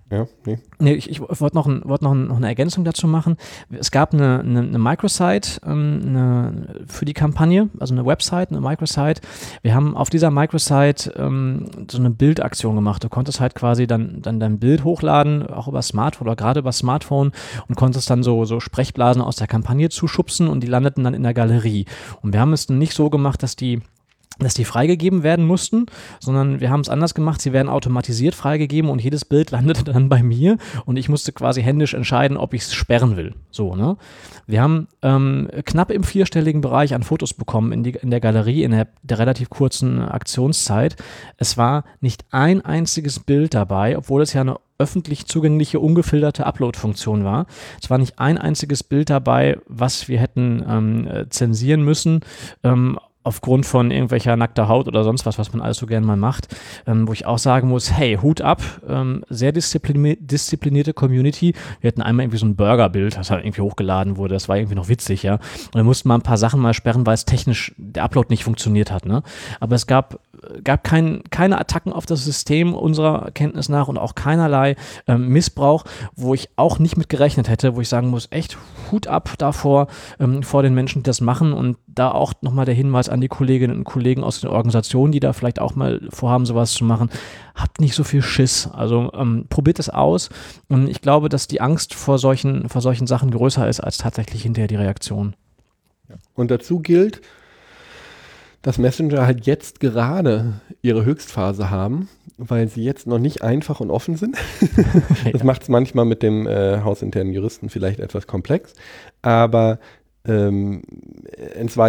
Ja, nee. Nee, ich wollte noch eine Ergänzung dazu machen. Es gab eine Microsite für die Kampagne, also eine Website, eine Microsite. Wir haben auf dieser Microsite so eine Bildaktion gemacht. Du konntest halt quasi dann dein Bild hochladen, auch über Smartphone oder gerade über Smartphone und konntest dann so Sprechblasen aus der Kampagne zuschubsen und die landeten dann in der Galerie. Und wir haben es dann nicht so gemacht, dass die freigegeben werden mussten, sondern wir haben es anders gemacht. Sie werden automatisiert freigegeben und jedes Bild landete dann bei mir und ich musste quasi händisch entscheiden, ob ich es sperren will. So, ne? Wir haben knapp im 4-stelligen Bereich an Fotos bekommen in der Galerie in der relativ kurzen Aktionszeit. Es war nicht ein einziges Bild dabei, obwohl es ja eine öffentlich zugängliche, ungefilterte Upload-Funktion war. Es war nicht ein einziges Bild dabei, was wir hätten zensieren müssen, aufgrund von irgendwelcher nackter Haut oder sonst was man alles so gerne mal macht, wo ich auch sagen muss, hey, Hut ab, sehr disziplinierte Community. Wir hatten einmal irgendwie so ein Burgerbild, das halt irgendwie hochgeladen wurde, das war irgendwie noch witzig, ja. Und wir mussten mal ein paar Sachen mal sperren, weil es technisch der Upload nicht funktioniert hat, ne. Aber es gab keine Attacken auf das System unserer Kenntnis nach und auch keinerlei Missbrauch, wo ich auch nicht mit gerechnet hätte, wo ich sagen muss, echt Hut ab davor, vor den Menschen, die das machen und da auch nochmal der Hinweis an die Kolleginnen und Kollegen aus den Organisationen, die da vielleicht auch mal vorhaben, sowas zu machen, habt nicht so viel Schiss. Also probiert es aus. Und ich glaube, dass die Angst vor solchen Sachen größer ist als tatsächlich hinterher die Reaktion. Und dazu gilt, dass Messenger halt jetzt gerade ihre Höchstphase haben, weil sie jetzt noch nicht einfach und offen sind. Das macht es manchmal mit dem hausinternen Juristen vielleicht etwas komplex, aber in 2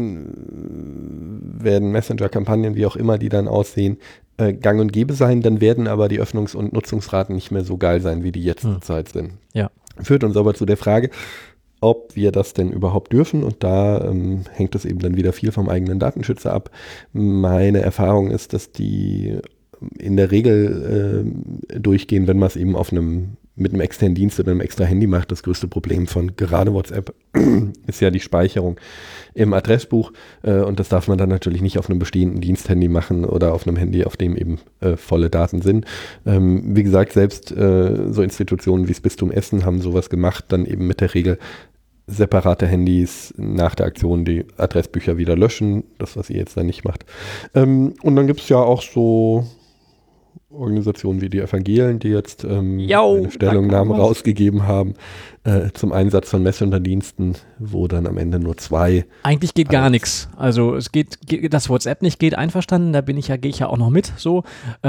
Jahren werden Messenger-Kampagnen, wie auch immer die dann aussehen, gang und gäbe sein, dann werden aber die Öffnungs- und Nutzungsraten nicht mehr so geil sein, wie die jetzt zurzeit sind. Ja. Führt uns aber zu der Frage, ob wir das denn überhaupt dürfen, und da hängt es eben dann wieder viel vom eigenen Datenschützer ab. Meine Erfahrung ist, dass die in der Regel durchgehen, wenn man es eben mit einem externen Dienst oder einem extra Handy macht. Das größte Problem von gerade WhatsApp ist ja die Speicherung im Adressbuch, und das darf man dann natürlich nicht auf einem bestehenden Diensthandy machen oder auf einem Handy, auf dem eben volle Daten sind. Wie gesagt, selbst so Institutionen wie das Bistum Essen haben sowas gemacht, dann eben mit der Regel separate Handys nach der Aktion die Adressbücher wieder löschen, das, was ihr jetzt da nicht macht. Und dann gibt es ja auch so Organisationen wie die Evangelien, die jetzt eine Stellungnahme rausgegeben haben zum Einsatz von Messenger-Diensten, wo dann am Ende nur 2. Eigentlich geht gar nichts. Also es geht, dass WhatsApp nicht geht, einverstanden, da gehe ich ja auch noch mit, so.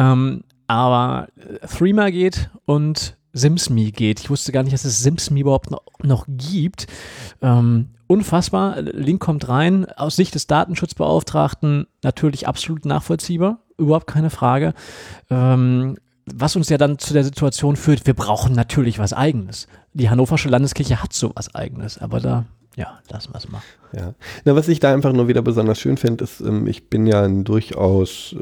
Aber Threema geht und SimsMe geht. Ich wusste gar nicht, dass es SimsMe überhaupt noch gibt. Unfassbar. Link kommt rein. Aus Sicht des Datenschutzbeauftragten natürlich absolut nachvollziehbar. Überhaupt keine Frage. Was uns ja dann zu der Situation führt, wir brauchen natürlich was Eigenes. Die Hannoversche Landeskirche hat so was Eigenes, aber da, ja, lassen wir es mal. Ja. Na, was ich da einfach nur wieder besonders schön finde, ist, ich bin ja durchaus,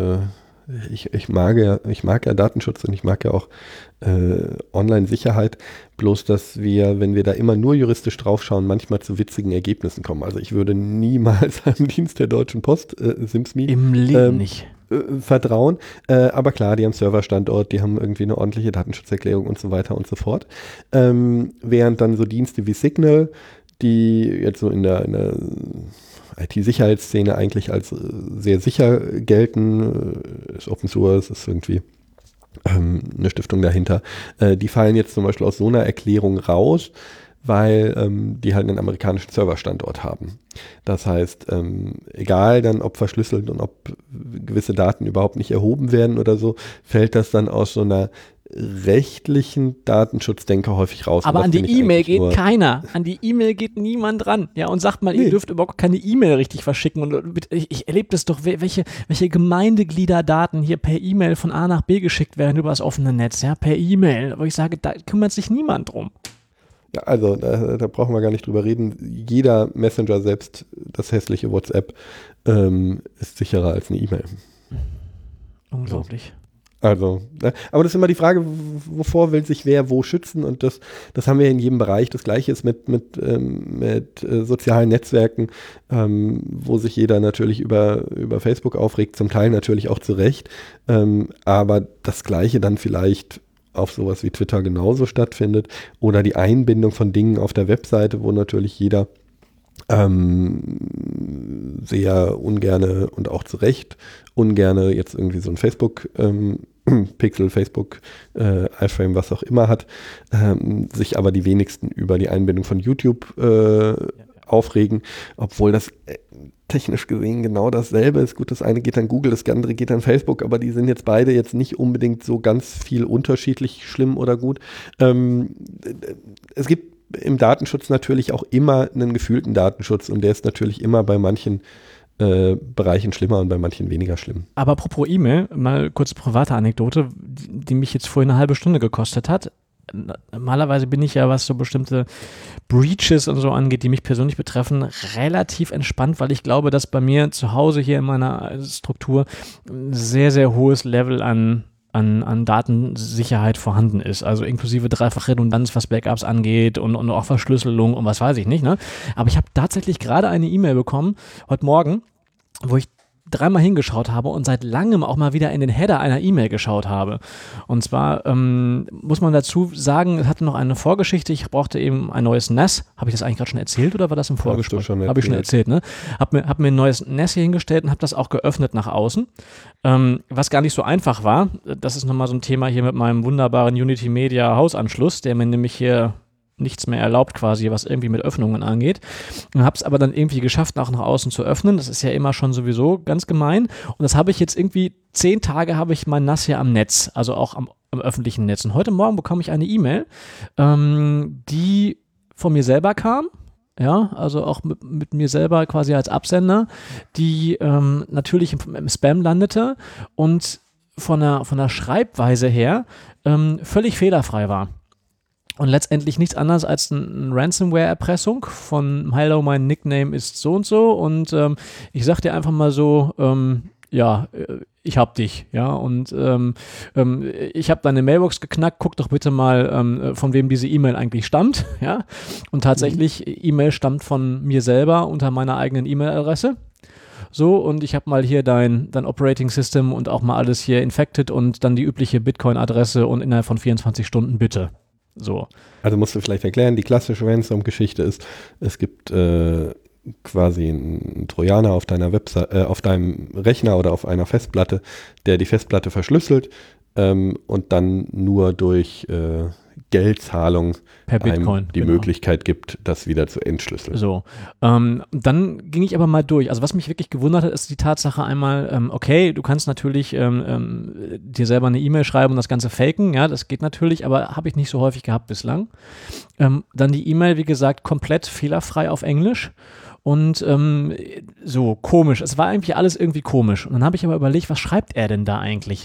ich mag ja Datenschutz und ich mag ja auch Online-Sicherheit, bloß dass wir, wenn wir da immer nur juristisch draufschauen, manchmal zu witzigen Ergebnissen kommen. Also ich würde niemals einem Dienst der Deutschen Post, SimsMe, im Leben nicht vertrauen. Aber klar, die haben Serverstandort, die haben irgendwie eine ordentliche Datenschutzerklärung und so weiter und so fort. Während dann so Dienste wie Signal, die jetzt so in der IT-Sicherheitsszene eigentlich als sehr sicher gelten, ist Open Source, ist irgendwie eine Stiftung dahinter, die fallen jetzt zum Beispiel aus so einer Erklärung raus, weil die halt einen amerikanischen Serverstandort haben. Das heißt, egal dann, ob verschlüsselt und ob gewisse Daten überhaupt nicht erhoben werden oder so, fällt das dann aus so einer rechtlichen Datenschutzdenker häufig raus. Aber an die E-Mail geht keiner. An die E-Mail geht niemand ran. Ja, und sagt mal, ihr dürft überhaupt keine E-Mail richtig verschicken. Und ich erlebe das doch, welche Gemeindegliederdaten hier per E-Mail von A nach B geschickt werden über das offene Netz, ja, per E-Mail. Aber ich sage, da kümmert sich niemand drum. Ja, also da brauchen wir gar nicht drüber reden. Jeder Messenger, selbst das hässliche WhatsApp, ist sicherer als eine E-Mail. Unglaublich. So. Also, aber das ist immer die Frage, wovor will sich wer wo schützen, und das haben wir in jedem Bereich. Das Gleiche ist mit sozialen Netzwerken, wo sich jeder natürlich über Facebook aufregt, zum Teil natürlich auch zu Recht, aber das Gleiche dann vielleicht auf sowas wie Twitter genauso stattfindet. Oder die Einbindung von Dingen auf der Webseite, wo natürlich jeder sehr ungerne und auch zu Recht ungerne jetzt irgendwie so ein Facebook Pixel, Facebook, iFrame, was auch immer hat, sich aber die wenigsten über die Einbindung von YouTube aufregen, obwohl das technisch gesehen genau dasselbe ist. Gut, das eine geht an Google, das andere geht an Facebook, aber die sind jetzt beide jetzt nicht unbedingt so ganz viel unterschiedlich schlimm oder gut. Es gibt im Datenschutz natürlich auch immer einen gefühlten Datenschutz und der ist natürlich immer bei manchen Bereichen schlimmer und bei manchen weniger schlimm. Aber apropos E-Mail, mal kurz private Anekdote, die mich jetzt vorhin eine halbe Stunde gekostet hat. Normalerweise bin ich ja, was so bestimmte Breaches und so angeht, die mich persönlich betreffen, relativ entspannt, weil ich glaube, dass bei mir zu Hause hier in meiner Struktur ein sehr, sehr hohes Level an Datensicherheit vorhanden ist, also inklusive Dreifach-Redundanz, was Backups angeht und auch Verschlüsselung und was weiß ich nicht, ne? Aber ich habe tatsächlich gerade eine E-Mail bekommen, heute Morgen, wo ich dreimal hingeschaut habe und seit langem auch mal wieder in den Header einer E-Mail geschaut habe. Und zwar muss man dazu sagen, es hatte noch eine Vorgeschichte. Ich brauchte eben ein neues NAS. Habe ich das eigentlich gerade schon erzählt oder war das im Vorgespräch? Habe ich schon erzählt, ne? Hab mir ein neues NAS hier hingestellt und habe das auch geöffnet nach außen. Was gar nicht so einfach war. Das ist nochmal so ein Thema hier mit meinem wunderbaren Unity Media Hausanschluss, der mir nämlich hier nichts mehr erlaubt quasi, was irgendwie mit Öffnungen angeht. Und habe es aber dann irgendwie geschafft, nach außen zu öffnen. Das ist ja immer schon sowieso ganz gemein. Und das habe ich jetzt irgendwie 10 Tage habe ich mein NAS hier am Netz, also auch am öffentlichen Netz. Und heute Morgen bekomme ich eine E-Mail, die von mir selber kam. Ja, also auch mit mir selber quasi als Absender, die natürlich im Spam landete und von der Schreibweise her völlig fehlerfrei war. Und letztendlich nichts anderes als eine Ransomware-Erpressung von Hello, mein Nickname ist so und ich sag dir einfach mal so, ich hab dich, ja, und ich habe deine Mailbox geknackt, guck doch bitte mal, von wem diese E-Mail eigentlich stammt, ja, und tatsächlich, E-Mail stammt von mir selber unter meiner eigenen E-Mail-Adresse. So, und ich habe mal hier dein Operating System und auch mal alles hier infected und dann die übliche Bitcoin-Adresse und innerhalb von 24 Stunden bitte. So. Also musst du vielleicht erklären, die klassische Ransom-Geschichte ist, es gibt quasi einen Trojaner auf deiner auf deinem Rechner oder auf einer Festplatte, der die Festplatte verschlüsselt und dann nur durch Geldzahlung per Bitcoin die Möglichkeit gibt, das wieder zu entschlüsseln. So, dann ging ich aber mal durch. Also was mich wirklich gewundert hat, ist die Tatsache einmal, okay, du kannst natürlich dir selber eine E-Mail schreiben und das Ganze faken, ja, das geht natürlich, aber habe ich nicht so häufig gehabt bislang. Dann die E-Mail, wie gesagt, komplett fehlerfrei auf Englisch. Und so komisch, es war eigentlich alles irgendwie komisch. Und dann habe ich aber überlegt, was schreibt er denn da eigentlich?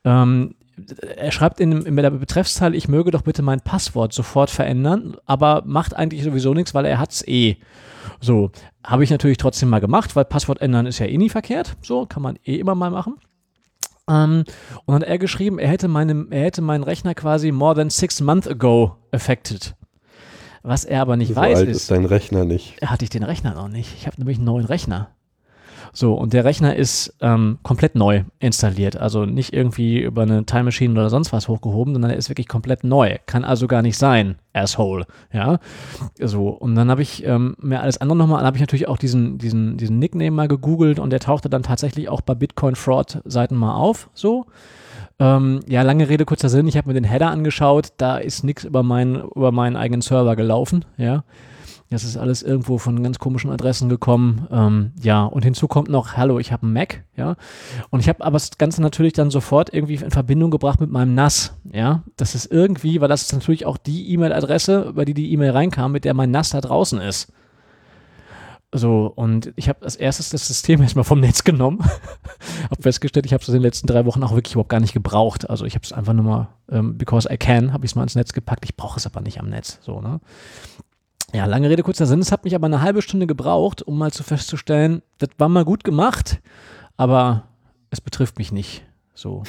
Er schreibt in der Betreffszeile, ich möge doch bitte mein Passwort sofort verändern, aber macht eigentlich sowieso nichts, weil er hat es eh. So, habe ich natürlich trotzdem mal gemacht, weil Passwort ändern ist ja eh nie verkehrt. So, kann man eh immer mal machen. Und dann hat er geschrieben, er hätte meinen Rechner quasi more than 6 months ago affected. Was er aber nicht weiß, so alt ist dein Rechner nicht. Hatte ich den Rechner noch nicht. Ich habe nämlich einen neuen Rechner. So, und der Rechner ist komplett neu installiert. Also nicht irgendwie über eine Time Machine oder sonst was hochgehoben, sondern er ist wirklich komplett neu. Kann also gar nicht sein, Asshole. Ja, so. Und dann habe ich mir alles andere nochmal, dann habe ich natürlich auch diesen Nickname mal gegoogelt und der tauchte dann tatsächlich auch bei Bitcoin-Fraud-Seiten mal auf. So. Lange Rede, kurzer Sinn. Ich habe mir den Header angeschaut. Da ist nichts über meinen eigenen Server gelaufen. Ja. Das ist alles irgendwo von ganz komischen Adressen gekommen. Und hinzu kommt noch, hallo, ich habe einen Mac, ja. Und ich habe aber das Ganze natürlich dann sofort irgendwie in Verbindung gebracht mit meinem NAS, ja. Das ist irgendwie, weil das ist natürlich auch die E-Mail-Adresse, über die E-Mail reinkam, mit der mein NAS da draußen ist. So, und ich habe als erstes das System erstmal vom Netz genommen. Habe festgestellt, ich habe es in den letzten 3 Wochen auch wirklich überhaupt gar nicht gebraucht. Also ich habe es einfach nur mal, because I can, habe ich es mal ins Netz gepackt. Ich brauche es aber nicht am Netz, so, ne. Ja, lange Rede, kurzer Sinn. Es hat mich aber eine halbe Stunde gebraucht, um mal festzustellen, das war mal gut gemacht, aber es betrifft mich nicht. So.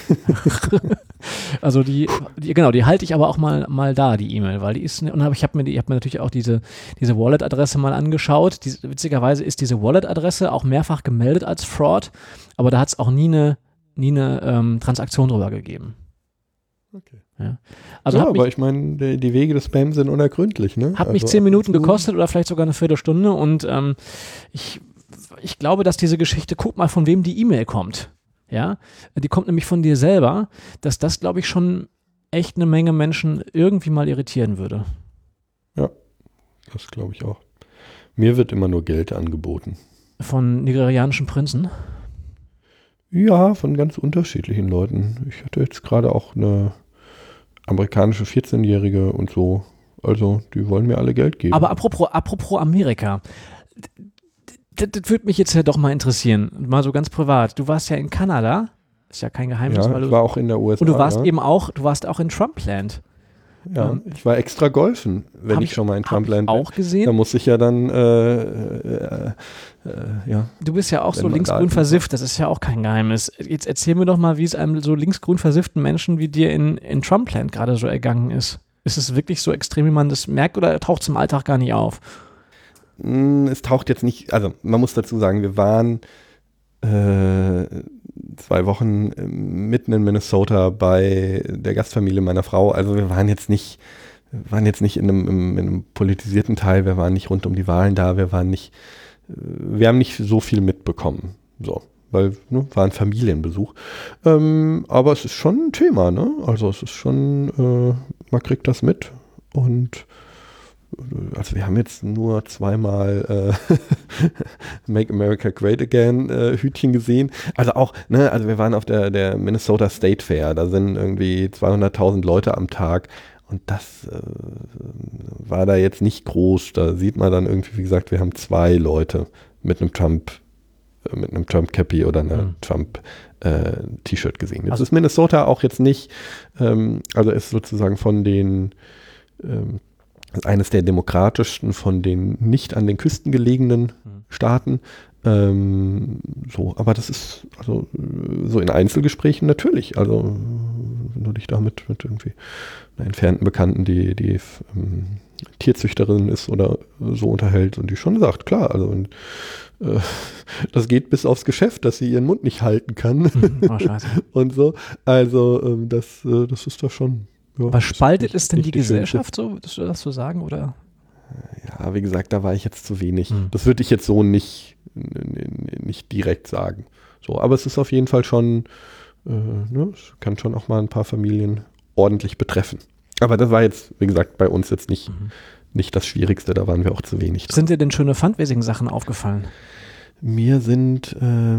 Also die halte ich aber auch mal da, die E-Mail, weil die ist, und ich habe mir natürlich auch diese Wallet-Adresse mal angeschaut. Witzigerweise ist diese Wallet-Adresse auch mehrfach gemeldet als Fraud, aber da hat es auch nie eine Transaktion drüber gegeben. Okay. Ja. Also ja, aber ich meine, die Wege des Spams sind unergründlich, ne? Hat mich 10 Minuten gekostet oder vielleicht sogar eine Viertelstunde und ich glaube, dass diese Geschichte, guck mal, von wem die E-Mail kommt. Ja, die kommt nämlich von dir selber, dass das, glaube ich, schon echt eine Menge Menschen irgendwie mal irritieren würde. Ja, das glaube ich auch. Mir wird immer nur Geld angeboten. Von nigerianischen Prinzen? Ja, von ganz unterschiedlichen Leuten. Ich hatte jetzt gerade auch eine amerikanische 14-Jährige und so. Also, die wollen mir alle Geld geben. Aber apropos Amerika. Das würde mich jetzt ja doch mal interessieren. Mal so ganz privat. Du warst ja in Kanada. Ist ja kein Geheimnis. Ja, ich war auch in der USA. Und du warst auch in Trumpland. Ja, ich war extra golfen, wenn ich schon mal in Trumpland bin. Auch gesehen. Da muss ich ja dann, ja. Du bist ja auch so linksgrün versifft, das ist ja auch kein Geheimnis. Jetzt erzähl mir doch mal, wie es einem so linksgrün versifften Menschen wie dir in Trumpland gerade so ergangen ist. Ist es wirklich so extrem, wie man das merkt, oder taucht es im Alltag gar nicht auf? Es taucht jetzt nicht, also man muss dazu sagen, wir waren 2 Wochen mitten in Minnesota bei der Gastfamilie meiner Frau. Also wir waren jetzt nicht in einem politisierten Teil, wir waren nicht rund um die Wahlen da, wir haben nicht so viel mitbekommen. So, weil war ein Familienbesuch. Aber es ist schon ein Thema, ne? Also es ist schon, man kriegt das mit und also wir haben jetzt nur zweimal Make America Great Again Hütchen gesehen. Also auch, ne, also wir waren auf der Minnesota State Fair, da sind irgendwie 200.000 Leute am Tag und das war da jetzt nicht groß. Da sieht man dann irgendwie, wie gesagt, wir haben 2 Leute mit einem Trump-Cappy oder einer Trump-T-Shirt gesehen. Jetzt ist Minnesota auch jetzt nicht, also ist sozusagen von den eines der demokratischsten von den nicht an den Küsten gelegenen Staaten. So, aber das ist also so in Einzelgesprächen natürlich. Also wenn du dich da mit irgendwie einer entfernten Bekannten, die Tierzüchterin ist oder so unterhält und die schon sagt, klar, also das geht bis aufs Geschäft, dass sie ihren Mund nicht halten kann. Oh, scheiße. Und so. Also das ist doch schon. Ja, was spaltet es denn die Gesellschaft so? Würdest du das so sagen, oder? Ja, wie gesagt, da war ich jetzt zu wenig. Das würde ich jetzt so nicht direkt sagen. So, aber es ist auf jeden Fall schon, es kann schon auch mal ein paar Familien ordentlich betreffen. Aber das war jetzt, wie gesagt, bei uns jetzt nicht das Schwierigste, da waren wir auch zu wenig dran. Sind dir denn schöne Fundraising-Sachen aufgefallen? Mir sind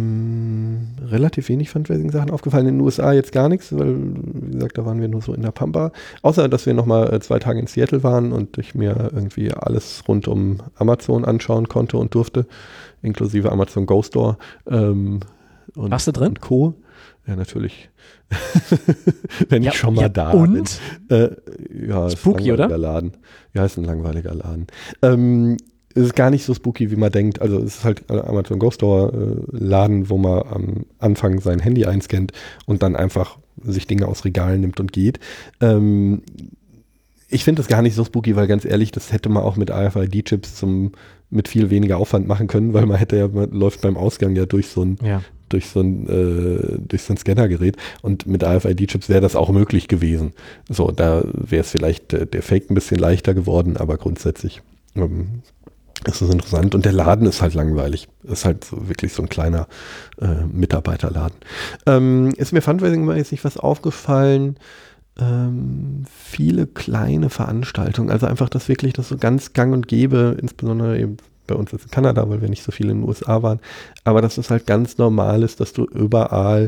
relativ wenig Fundraising-Sachen aufgefallen. In den USA jetzt gar nichts, weil, wie gesagt, da waren wir nur so in der Pampa. Außer, dass wir nochmal 2 Tage in Seattle waren und ich mir irgendwie alles rund um Amazon anschauen konnte und durfte, inklusive Amazon Go Store. Warst du drin? Und Co. Ja, natürlich. Wenn ich schon mal da bin. Ja, spooky, ist ein oder? Laden. Ja, ist ein langweiliger Laden. Es ist gar nicht so spooky, wie man denkt. Also es ist halt Amazon Go Store Laden, wo man am Anfang sein Handy einscannt und dann einfach sich Dinge aus Regalen nimmt und geht. Ich finde das gar nicht so spooky, weil ganz ehrlich, das hätte man auch mit RFID-Chips mit viel weniger Aufwand machen können, weil man läuft beim Ausgang ja durch so ein Scannergerät und mit RFID-Chips wäre das auch möglich gewesen. So, da wäre es vielleicht der Fake ein bisschen leichter geworden, aber grundsätzlich ist es interessant und der Laden ist halt langweilig. Ist halt so wirklich so ein kleiner Mitarbeiterladen. Ist mir fundraising-mäßig was aufgefallen? Viele kleine Veranstaltungen, also einfach das so ganz gang und gäbe, insbesondere eben bei uns jetzt in Kanada, weil wir nicht so viele in den USA waren, aber dass es halt ganz normal ist, dass du überall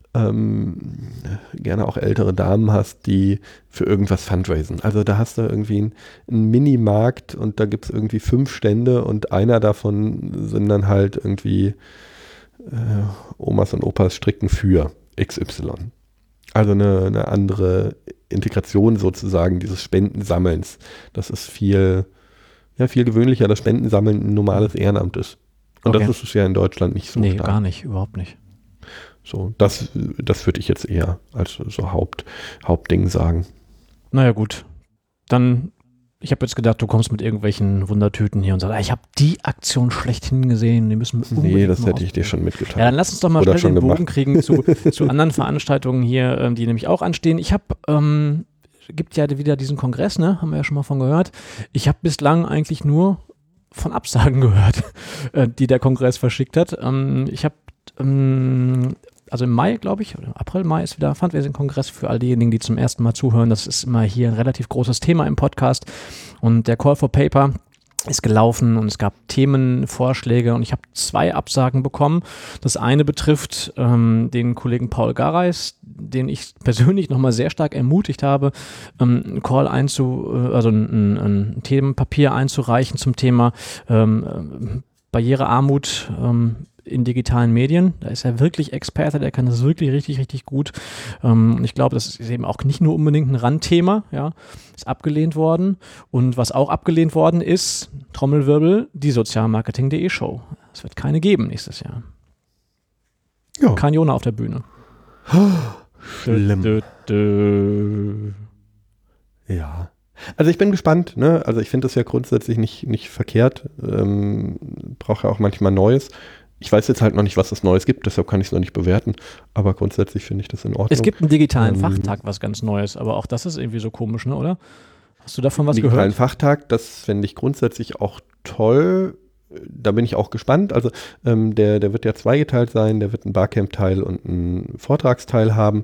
gerne auch ältere Damen hast, die für irgendwas fundraisen. Also da hast du irgendwie einen Minimarkt und da gibt es irgendwie 5 Stände und einer davon sind dann halt irgendwie Omas und Opas stricken für XY. Also eine andere Integration sozusagen dieses Spendensammelns. Das ist viel gewöhnlicher, dass Spendensammeln ein normales Ehrenamt ist. Und das ist es ja in Deutschland nicht so stark. Nee, gar nicht, überhaupt nicht. So, das würde ich jetzt eher als so Hauptding sagen. Naja gut, dann Ich habe jetzt gedacht, du kommst mit irgendwelchen Wundertüten hier und sagst, ich habe die Aktion schlechthin gesehen, die müssen wir unbedingt Nee, das mal hätte ich dir schon mitgeteilt. Ja, dann lass uns doch mal Oder schnell den schon Bogen kriegen zu anderen Veranstaltungen hier, die nämlich auch anstehen. Ich habe, gibt ja wieder diesen Kongress, ne? Haben wir ja schon mal von gehört. Ich habe bislang eigentlich nur von Absagen gehört, die der Kongress verschickt hat. Ich habe also im Mai, glaube ich, oder April, Mai ist wieder Fundraising-Kongress für all diejenigen, die zum ersten Mal zuhören. Das ist immer hier ein relativ großes Thema im Podcast. Und der Call for Paper ist gelaufen und es gab Themenvorschläge und ich habe 2 Absagen bekommen. Das eine betrifft den Kollegen Paul Gareis, den ich persönlich nochmal sehr stark ermutigt habe, ein Themenpapier einzureichen zum Thema Barrierearmut in digitalen Medien. Da ist er wirklich Experte, der kann das wirklich richtig, richtig gut. Und ich glaube, das ist eben auch nicht nur unbedingt ein Randthema, ja, ist abgelehnt worden. Und was auch abgelehnt worden ist, Trommelwirbel, die Sozialmarketing.de Show. Es wird keine geben nächstes Jahr. Ja. Kein Jona auf der Bühne. Schlimm. Ja. Also ich bin gespannt, ne? Also ich finde das ja grundsätzlich nicht verkehrt. Brauche ja auch manchmal Neues. Ich weiß jetzt halt noch nicht, was es Neues gibt, deshalb kann ich es noch nicht bewerten, aber grundsätzlich finde ich das in Ordnung. Es gibt einen digitalen Fachtag, was ganz Neues, aber auch das ist irgendwie so komisch, ne, oder? Hast du davon was gehört? Digitalen Fachtag, das finde ich grundsätzlich auch toll. Da bin ich auch gespannt. Also der wird ja zweigeteilt sein, der wird einen Barcamp-Teil und einen Vortragsteil haben.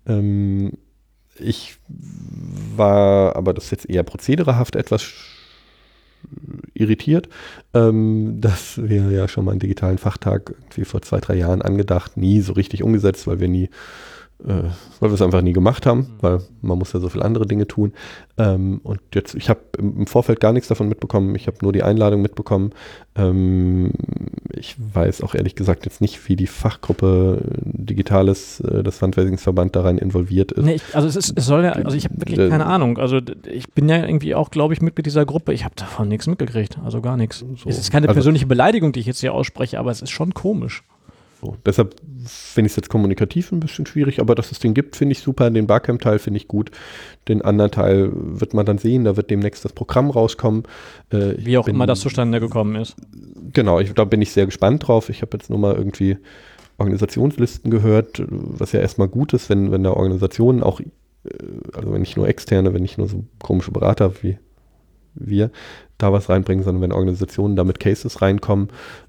Ich war, aber das ist jetzt eher prozederehaft etwas irritiert, dass wir ja schon mal einen digitalen Fachtag irgendwie vor 2-3 Jahren angedacht, nie so richtig umgesetzt, weil wir es einfach nie gemacht haben, weil man muss ja so viele andere Dinge tun. Und jetzt, ich habe im Vorfeld gar nichts davon mitbekommen, ich habe nur die Einladung mitbekommen. Ich weiß auch ehrlich gesagt jetzt nicht, wie die Fachgruppe Digitales des Fundraisingsverband da rein involviert ist. Nee, ich habe wirklich keine Ahnung. Also ich bin ja irgendwie auch, glaube ich, Mitglied dieser Gruppe. Ich habe davon nichts mitgekriegt, also gar nichts. So. Es ist keine persönliche Beleidigung, die ich jetzt hier ausspreche, aber es ist schon komisch. So, deshalb finde ich es jetzt kommunikativ ein bisschen schwierig, aber dass es den gibt, finde ich super. Den Barcamp-Teil finde ich gut. Den anderen Teil wird man dann sehen, da wird demnächst das Programm rauskommen. Wie auch immer das zustande gekommen ist. Genau, da bin ich sehr gespannt drauf. Ich habe jetzt nur mal irgendwie Organisationslisten gehört, was ja erstmal gut ist, wenn da Organisationen auch, also wenn nicht nur externe, wenn nicht nur so komische Berater wie wir da was reinbringen, sondern wenn Organisationen da mit Cases reinkommen.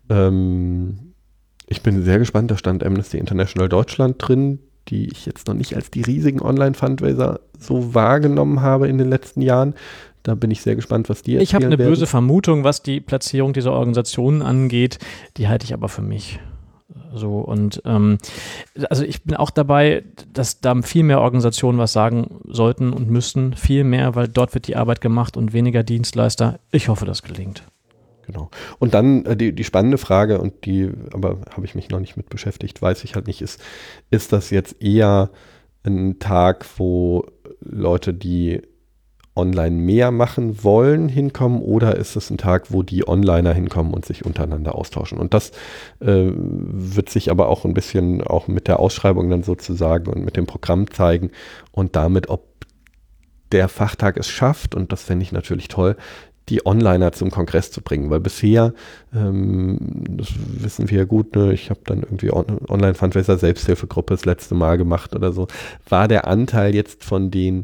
Ich bin sehr gespannt, da stand Amnesty International Deutschland drin, die ich jetzt noch nicht als die riesigen Online-Fundraiser so wahrgenommen habe in den letzten Jahren. Da bin ich sehr gespannt, was die erzählen Ich habe eine werden. böse Vermutung, was die Platzierung dieser Organisationen angeht. Die halte ich aber für mich. So und also ich bin auch dabei, dass da viel mehr Organisationen was sagen sollten und müssten. Viel mehr, weil dort wird die Arbeit gemacht und weniger Dienstleister. Ich hoffe, das gelingt. Genau. Und dann die spannende Frage, und aber habe ich mich noch nicht mit beschäftigt, weiß ich halt nicht, ist das jetzt eher ein Tag, wo Leute, die online mehr machen wollen, hinkommen, oder ist es ein Tag, wo die Onliner hinkommen und sich untereinander austauschen? Und das wird sich aber auch ein bisschen auch mit der Ausschreibung dann sozusagen und mit dem Programm zeigen und damit, ob der Fachtag es schafft, und das fände ich natürlich toll, die Onliner zum Kongress zu bringen, weil bisher, das wissen wir ja gut, ne, ich habe dann irgendwie Online-Fundraiser Selbsthilfegruppe das letzte Mal gemacht oder so, war der Anteil jetzt von den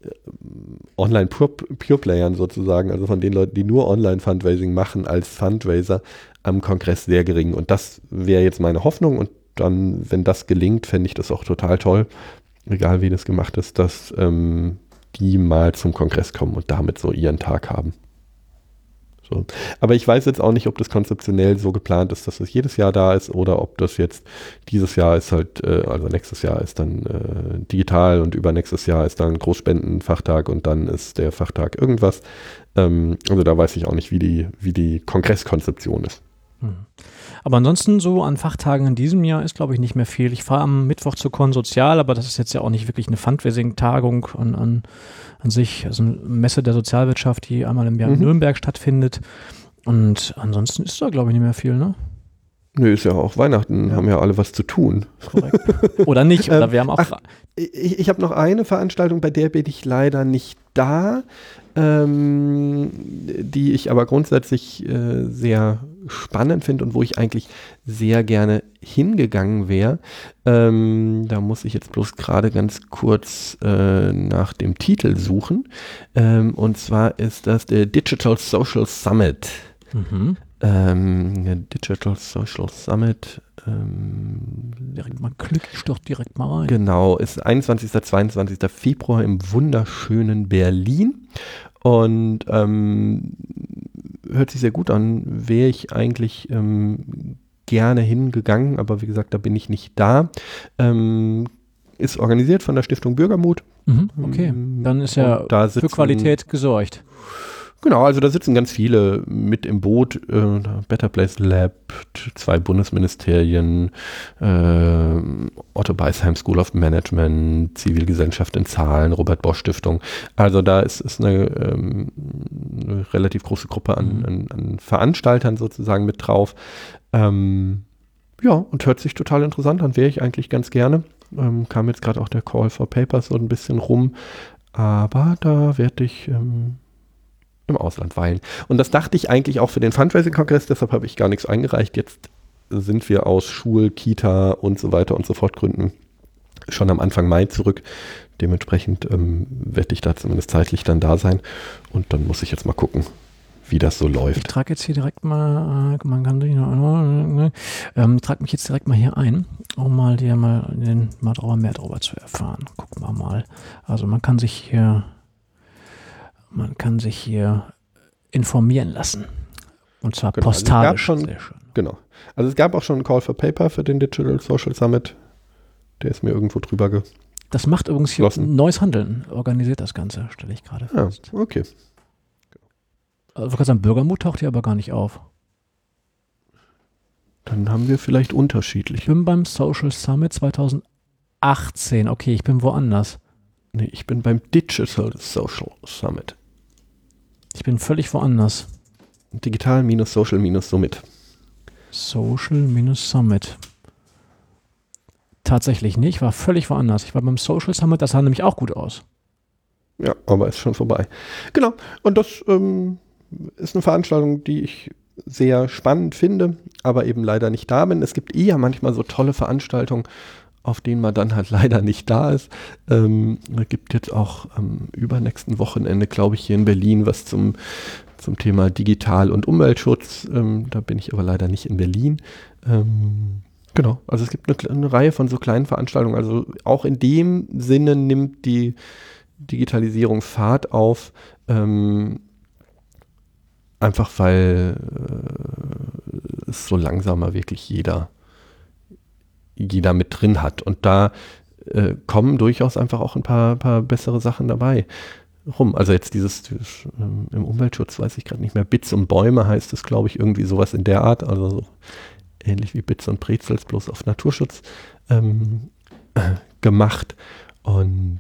Online-Pure-Playern sozusagen, also von den Leuten, die nur Online-Fundraising machen als Fundraiser am Kongress sehr gering, und das wäre jetzt meine Hoffnung, und dann, wenn das gelingt, fände ich das auch total toll, egal wie das gemacht ist, dass die mal zum Kongress kommen und damit so ihren Tag haben. So. Aber ich weiß jetzt auch nicht, ob das konzeptionell so geplant ist, dass es jedes Jahr da ist, oder ob das jetzt dieses Jahr ist halt, also nächstes Jahr ist dann digital und übernächstes Jahr ist dann Großspendenfachtag und dann ist der Fachtag irgendwas. Also da weiß ich auch nicht, wie die Kongresskonzeption ist. Aber ansonsten so an Fachtagen in diesem Jahr ist, glaube ich, nicht mehr viel. Ich fahre am Mittwoch zur Konsozial, aber das ist jetzt ja auch nicht wirklich eine Fundraising-Tagung an sich, also eine Messe der Sozialwirtschaft, die einmal im Jahr in Nürnberg stattfindet. Und ansonsten ist da, glaube ich, nicht mehr viel, ne? Nö, ist ja auch Weihnachten, haben ja alle was zu tun. Korrekt. Oder nicht, oder wir haben auch... Ich habe noch eine Veranstaltung, bei der bin ich leider nicht da, die ich aber grundsätzlich sehr spannend finde und wo ich eigentlich sehr gerne hingegangen wäre. Da muss ich jetzt bloß gerade ganz kurz nach dem Titel suchen. Und zwar ist das der Digital Social Summit. Digital Social Summit. Direkt mal klicke ich doch direkt mal rein. Genau, ist 21. 22. Februar im wunderschönen Berlin und hört sich sehr gut an. Wäre ich eigentlich gerne hingegangen, aber wie gesagt, da bin ich nicht da. Ist organisiert von der Stiftung Bürgermut. Okay, dann ist ja für Qualität gesorgt. Genau, also da sitzen ganz viele mit im Boot, Better Place Lab, 2 Bundesministerien, Otto Beisheim School of Management, Zivilgesellschaft in Zahlen, Robert Bosch Stiftung. Also da ist eine relativ große Gruppe an Veranstaltern sozusagen mit drauf. Ja, und hört sich total interessant an, wäre ich eigentlich ganz gerne. Kam jetzt gerade auch der Call for Papers so ein bisschen rum, aber da werde ich im Ausland weilen. Und das dachte ich eigentlich auch für den Fundraising-Kongress, deshalb habe ich gar nichts eingereicht. Jetzt sind wir aus Schul-, Kita und so weiter und so fort Gründen schon am Anfang Mai zurück. Dementsprechend werde ich da zumindest zeitlich dann da sein und dann muss ich jetzt mal gucken, wie das so läuft. Ich trage jetzt hier direkt mal, man kann sich trage mich jetzt direkt mal hier ein, um mal mehr darüber zu erfahren. Gucken wir mal. Also man kann sich hier informieren lassen. Und zwar genau, postalisch. Also sehr schön. Genau. Also es gab auch schon einen Call for Paper für den Digital Social Summit. Der ist mir irgendwo drüber Das macht übrigens hier Neues Handeln. Organisiert das Ganze, stelle ich gerade fest. Ja, okay. Also du kannst sagen, Bürgermut taucht hier aber gar nicht auf. Dann haben wir vielleicht unterschiedlich. Ich bin beim Social Summit 2018. Okay, ich bin woanders. Nee, ich bin beim Digital Social Summit. Ich bin völlig woanders. Digital-Social-Summit. Social-Summit. Tatsächlich nicht, ich war völlig woanders. Ich war beim Social Summit, das sah nämlich auch gut aus. Ja, aber ist schon vorbei. Genau, und das ist eine Veranstaltung, die ich sehr spannend finde, aber eben leider nicht da bin. Es gibt ja manchmal so tolle Veranstaltungen, auf denen man dann halt leider nicht da ist. Es gibt jetzt auch am übernächsten Wochenende, glaube ich, hier in Berlin was zum Thema Digital- und Umweltschutz. Da bin ich aber leider nicht in Berlin. Genau, also es gibt eine Reihe von so kleinen Veranstaltungen. Also auch in dem Sinne nimmt die Digitalisierung Fahrt auf, einfach weil es so langsamer wirklich jeder mit drin hat. Und da kommen durchaus einfach auch ein paar bessere Sachen dabei rum. Also jetzt dieses im Umweltschutz weiß ich gerade nicht mehr, Bits und Bäume heißt es, glaube ich, irgendwie sowas in der Art, also so ähnlich wie Bits und Brezels, bloß auf Naturschutz gemacht. Und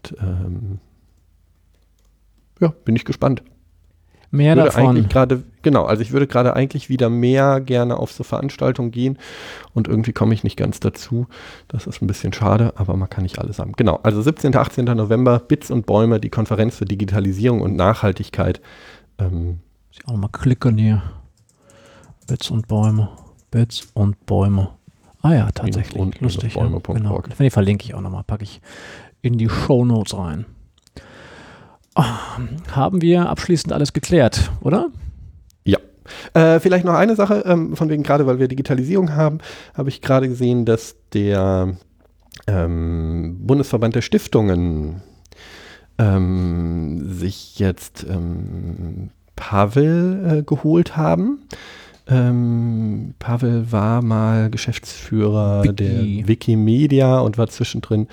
ja, bin ich gespannt. Mehr davon. Ich würde gerade eigentlich wieder mehr gerne auf so Veranstaltungen gehen und irgendwie komme ich nicht ganz dazu. Das ist ein bisschen schade, aber man kann nicht alles haben. Genau, also 17. 18. November, Bits und Bäume, die Konferenz für Digitalisierung und Nachhaltigkeit. Muss ich auch mal klicken hier. Bits und Bäume. Bits und Bäume. Ah ja, tatsächlich. Und lustig. Bäume. Ja, genau. Die verlinke ich auch nochmal, packe ich in die Shownotes rein. Haben wir abschließend alles geklärt, oder? Ja. Vielleicht noch eine Sache, von wegen gerade, weil wir Digitalisierung haben, habe ich gerade gesehen, dass der Bundesverband der Stiftungen sich jetzt Pavel geholt haben. Pavel war mal Geschäftsführer der Wikimedia und war zwischendrin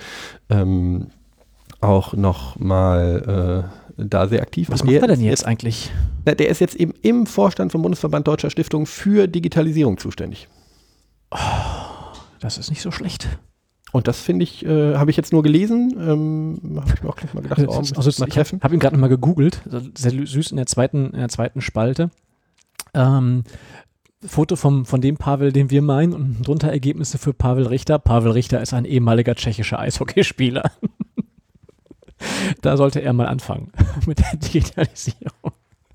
auch noch mal da sehr aktiv. Was macht er denn jetzt eigentlich? Der ist jetzt eben im Vorstand vom Bundesverband Deutscher Stiftungen für Digitalisierung zuständig. Oh, das ist nicht so schlecht. Und das finde ich, habe ich jetzt nur gelesen, habe ich mir auch gleich mal gedacht, ich habe ihn gerade noch mal gegoogelt, sehr süß in der zweiten Spalte. Foto von dem Pavel, den wir meinen, und drunter Ergebnisse für Pavel Richter. Pavel Richter ist ein ehemaliger tschechischer Eishockeyspieler. Da sollte er mal anfangen mit der Digitalisierung.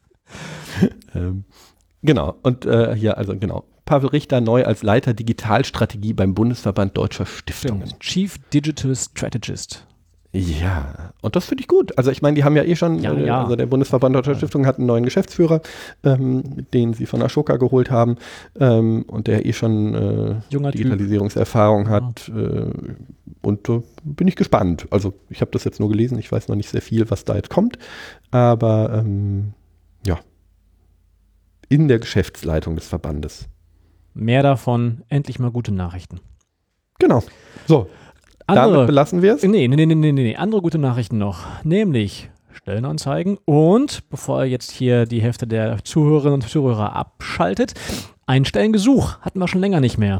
Genau, und hier, also genau. Pavel Richter neu als Leiter Digitalstrategie beim Bundesverband Deutscher Stiftungen. Chief Digital Strategist. Ja, und das finde ich gut. Also ich meine, die haben ja schon, also der Bundesverband Deutscher Stiftungen hat einen neuen Geschäftsführer, den sie von Ashoka geholt haben und der schon Digitalisierungserfahrung hat. Und bin ich gespannt. Also ich habe das jetzt nur gelesen, ich weiß noch nicht sehr viel, was da jetzt kommt, aber ja, in der Geschäftsleitung des Verbandes. Mehr davon, endlich mal gute Nachrichten. Genau. So. Damit belassen wir es? Nee. Andere gute Nachrichten noch. Nämlich Stellenanzeigen und, bevor jetzt hier die Hälfte der Zuhörerinnen und Zuhörer abschaltet, ein Stellengesuch. Hatten wir schon länger nicht mehr.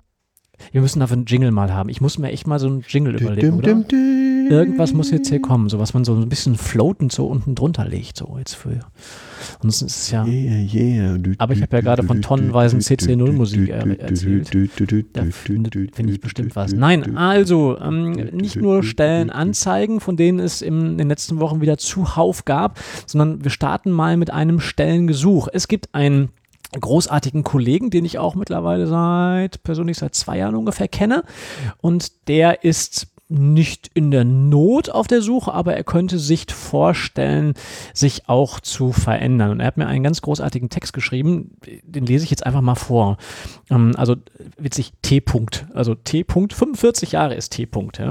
Wir müssen dafür einen Jingle mal haben. Ich muss mir echt mal so einen Jingle überlegen, oder? Irgendwas muss jetzt hier kommen, so was man so ein bisschen floatend so unten drunter legt. So jetzt für. Und es ist ja. Aber ich habe ja gerade von tonnenweisen CC0-Musik erzählt. Da finde ich bestimmt was. Nein, also nicht nur Stellenanzeigen, von denen es in den letzten Wochen wieder zuhauf gab, sondern wir starten mal mit einem Stellengesuch. Es gibt einen großartigen Kollegen, den ich auch mittlerweile persönlich seit 2 Jahren ungefähr kenne, und der ist nicht in der Not auf der Suche, aber er könnte sich vorstellen, sich auch zu verändern. Und er hat mir einen ganz großartigen Text geschrieben, den lese ich jetzt einfach mal vor. Also witzig, T. Also T. 45 Jahre ist T. Ja.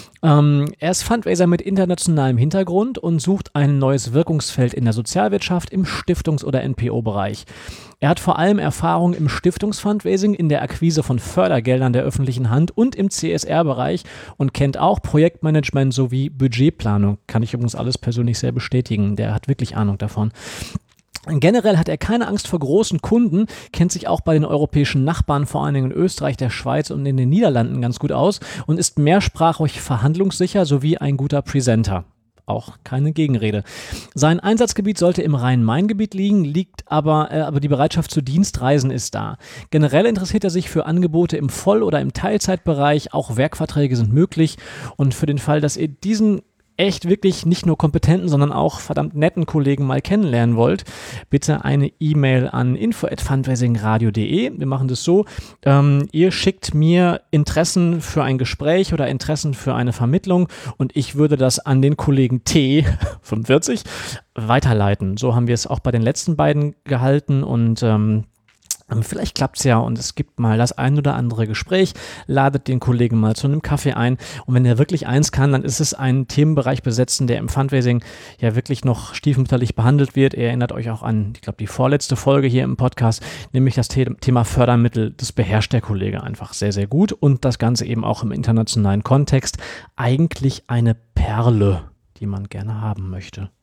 Er ist Fundraiser mit internationalem Hintergrund und sucht ein neues Wirkungsfeld in der Sozialwirtschaft im Stiftungs- oder NPO-Bereich. Er hat vor allem Erfahrung im Stiftungsfundraising, in der Akquise von Fördergeldern der öffentlichen Hand und im CSR-Bereich und kennt auch Projektmanagement sowie Budgetplanung. Kann ich übrigens alles persönlich sehr bestätigen. Der hat wirklich Ahnung davon. Generell hat er keine Angst vor großen Kunden, kennt sich auch bei den europäischen Nachbarn, vor allen Dingen in Österreich, der Schweiz und in den Niederlanden ganz gut aus und ist mehrsprachig verhandlungssicher sowie ein guter Presenter. Auch keine Gegenrede. Sein Einsatzgebiet sollte im Rhein-Main-Gebiet liegen, aber die Bereitschaft zu Dienstreisen ist da. Generell interessiert er sich für Angebote im Voll- oder im Teilzeitbereich, auch Werkverträge sind möglich, und für den Fall, dass ihr diesen echt wirklich nicht nur kompetenten, sondern auch verdammt netten Kollegen mal kennenlernen wollt, bitte eine E-Mail an info@fundraisingradio.de. Wir machen das so, ihr schickt mir Interessen für ein Gespräch oder Interessen für eine Vermittlung und ich würde das an den Kollegen T. 45 weiterleiten. So haben wir es auch bei den letzten beiden gehalten und vielleicht klappt es ja und es gibt mal das ein oder andere Gespräch, ladet den Kollegen mal zu einem Kaffee ein und wenn er wirklich eins kann, dann ist es einen Themenbereich besetzen, der im Fundraising ja wirklich noch stiefmütterlich behandelt wird. Ihr erinnert euch auch an, ich glaube, die vorletzte Folge hier im Podcast, nämlich das Thema Fördermittel. Das beherrscht der Kollege einfach sehr, sehr gut und das Ganze eben auch im internationalen Kontext. Eigentlich eine Perle, die man gerne haben möchte.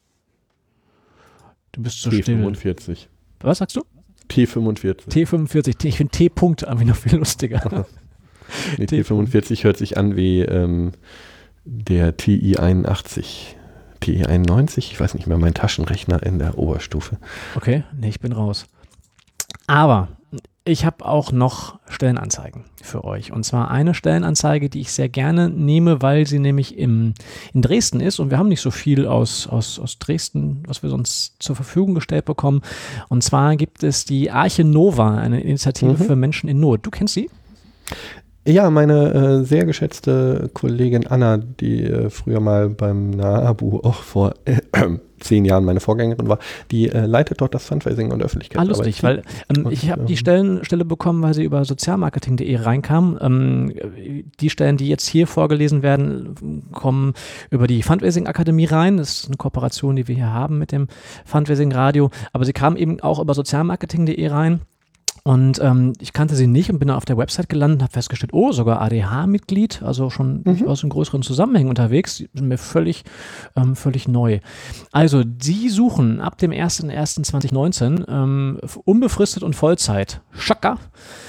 Du bist so still. T45. Was sagst du? T45. T45, ich finde T-Punkt irgendwie noch viel lustiger. Nee, T45 hört sich an wie der TI-81. TI-91, ich weiß nicht mehr, mein Taschenrechner in der Oberstufe. Okay, nee, ich bin raus. Aber ich habe auch noch Stellenanzeigen für euch. Und zwar eine Stellenanzeige, die ich sehr gerne nehme, weil sie nämlich in Dresden ist. Und wir haben nicht so viel aus Dresden, was wir sonst zur Verfügung gestellt bekommen. Und zwar gibt es die Arche Nova, eine Initiative für Menschen in Not. Du kennst sie? Ja, meine sehr geschätzte Kollegin Anna, die früher mal beim NABU auch vor 10 Jahren meine Vorgängerin war, die leitet dort das Fundraising und Öffentlichkeitsarbeit. Lustig, weil ich habe die Stelle bekommen, weil sie über sozialmarketing.de reinkam. Die Stellen, die jetzt hier vorgelesen werden, kommen über die Fundraising-Akademie rein. Das ist eine Kooperation, die wir hier haben mit dem Fundraising-Radio. Aber sie kam eben auch über sozialmarketing.de rein. Und ich kannte sie nicht und bin dann auf der Website gelandet und habe festgestellt, sogar ADH-Mitglied, also schon durchaus in größeren Zusammenhängen unterwegs, die sind mir völlig neu. Also, sie suchen ab dem 01.01.2019 unbefristet und Vollzeit, Schaka,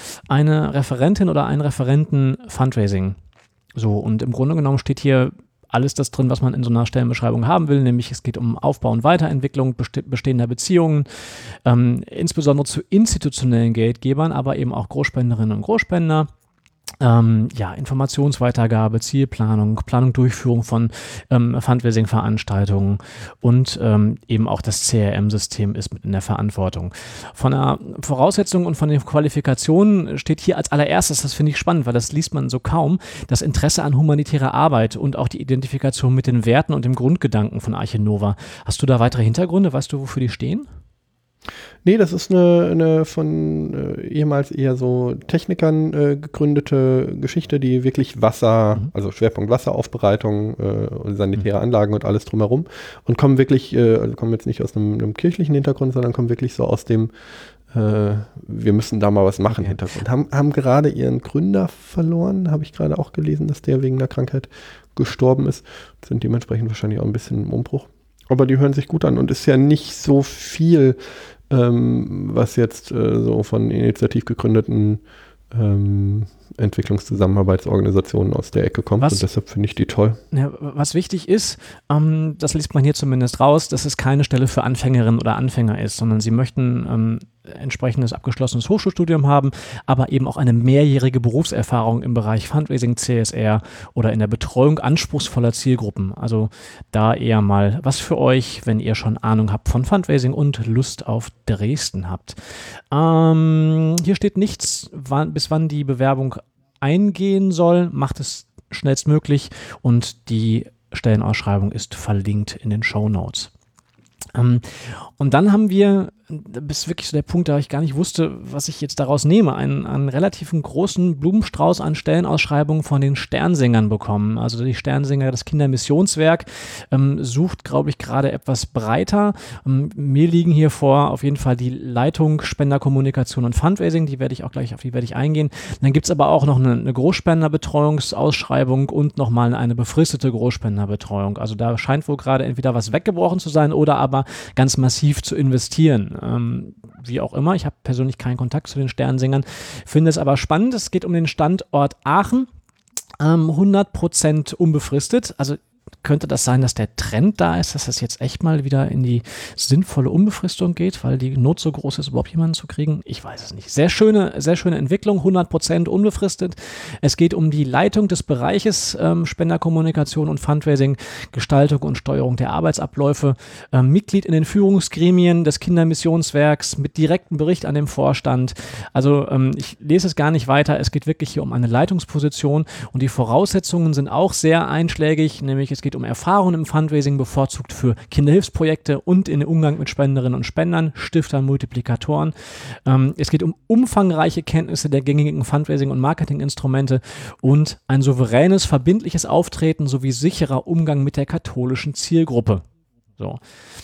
eine Referentin oder einen Referenten Fundraising. So, und im Grunde genommen steht hier alles das drin, was man in so einer Stellenbeschreibung haben will, nämlich es geht um Aufbau und Weiterentwicklung bestehender Beziehungen, insbesondere zu institutionellen Geldgebern, aber eben auch Großspenderinnen und Großspender. Informationsweitergabe, Zielplanung, Durchführung von Fundraising-Veranstaltungen und eben auch das CRM-System ist mit in der Verantwortung. Von der Voraussetzung und von den Qualifikationen steht hier als allererstes, das finde ich spannend, weil das liest man so kaum, das Interesse an humanitärer Arbeit und auch die Identifikation mit den Werten und dem Grundgedanken von Arche Nova. Hast du da weitere Hintergründe? Weißt du, wofür die stehen? Nee, das ist eine von ehemals eher so Technikern gegründete Geschichte, die wirklich Wasser, also Schwerpunkt Wasseraufbereitung und sanitäre Anlagen und alles drumherum und kommen wirklich, also kommen jetzt nicht aus einem kirchlichen Hintergrund, sondern kommen wirklich so aus dem wir müssen da mal was machen Hintergrund. Haben gerade ihren Gründer verloren, habe ich gerade auch gelesen, dass der wegen der Krankheit gestorben ist, sind dementsprechend wahrscheinlich auch ein bisschen im Umbruch. Aber die hören sich gut an und ist ja nicht so viel, was jetzt so von initiativ gegründeten Entwicklungszusammenarbeitsorganisationen aus der Ecke kommt und deshalb finde ich die toll. Ja, was wichtig ist, das liest man hier zumindest raus, dass es keine Stelle für Anfängerinnen oder Anfänger ist, sondern sie möchten entsprechendes abgeschlossenes Hochschulstudium haben, aber eben auch eine mehrjährige Berufserfahrung im Bereich Fundraising, CSR oder in der Betreuung anspruchsvoller Zielgruppen. Also da eher mal was für euch, wenn ihr schon Ahnung habt von Fundraising und Lust auf Dresden habt. Hier steht nichts, bis wann die Bewerbung eingehen soll. Macht es schnellstmöglich und die Stellenausschreibung ist verlinkt in den Shownotes. Und dann haben wir, das ist wirklich so der Punkt, da ich gar nicht wusste, was ich jetzt daraus nehme, einen relativ großen Blumenstrauß an Stellenausschreibungen von den Sternsingern bekommen. Also die Sternsinger, das Kindermissionswerk, sucht, glaube ich, gerade etwas breiter. Mir liegen hier vor auf jeden Fall die Leitung Spenderkommunikation und Fundraising, auf die werde ich eingehen. Dann gibt es aber auch noch eine Großspenderbetreuungsausschreibung und nochmal eine befristete Großspenderbetreuung. Also da scheint wohl gerade entweder was weggebrochen zu sein oder aber ganz massiv zu investieren. Wie auch immer, ich habe persönlich keinen Kontakt zu den Sternsingern, finde es aber spannend. Es geht um den Standort Aachen, 100% unbefristet, also könnte das sein, dass der Trend da ist, dass das jetzt echt mal wieder in die sinnvolle Unbefristung geht, weil die Not so groß ist, überhaupt jemanden zu kriegen? Ich weiß es nicht. Sehr schöne Entwicklung, 100% unbefristet. Es geht um die Leitung des Bereiches Spenderkommunikation und Fundraising, Gestaltung und Steuerung der Arbeitsabläufe, Mitglied in den Führungsgremien des Kindermissionswerks mit direktem Bericht an den Vorstand. Also ich lese es gar nicht weiter. Es geht wirklich hier um eine Leitungsposition und die Voraussetzungen sind auch sehr einschlägig, nämlich es geht um Erfahrungen im Fundraising, bevorzugt für Kinderhilfsprojekte und in den Umgang mit Spenderinnen und Spendern, Stiftern, Multiplikatoren. Es geht um umfangreiche Kenntnisse der gängigen Fundraising- und Marketinginstrumente und ein souveränes, verbindliches Auftreten sowie sicherer Umgang mit der katholischen Zielgruppe. So.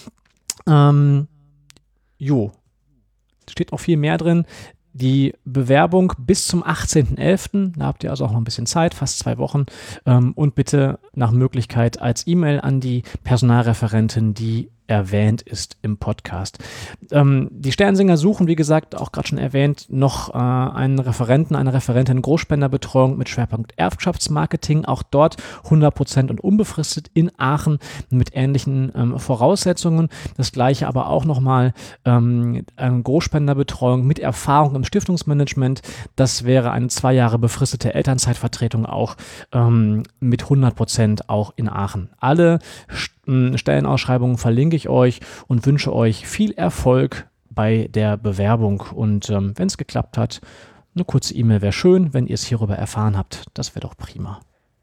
Steht noch viel mehr drin. Die Bewerbung bis zum 18.11., da habt ihr also auch noch ein bisschen Zeit, fast 2 Wochen, und bitte nach Möglichkeit als E-Mail an die Personalreferentin, die erwähnt ist im Podcast. Die Sternsinger suchen, wie gesagt, auch gerade schon erwähnt, noch einen Referenten, eine Referentin Großspenderbetreuung mit Schwerpunkt Erbschaftsmarketing, auch dort 100% und unbefristet in Aachen mit ähnlichen Voraussetzungen. Das gleiche aber auch nochmal Großspenderbetreuung mit Erfahrung im Stiftungsmanagement. Das wäre eine 2 Jahre befristete Elternzeitvertretung auch mit 100% auch in Aachen. Alle Stellenausschreibungen verlinke ich euch und wünsche euch viel Erfolg bei der Bewerbung. Und wenn es geklappt hat, eine kurze E-Mail wäre schön, wenn ihr es hierüber erfahren habt. Das wäre doch prima.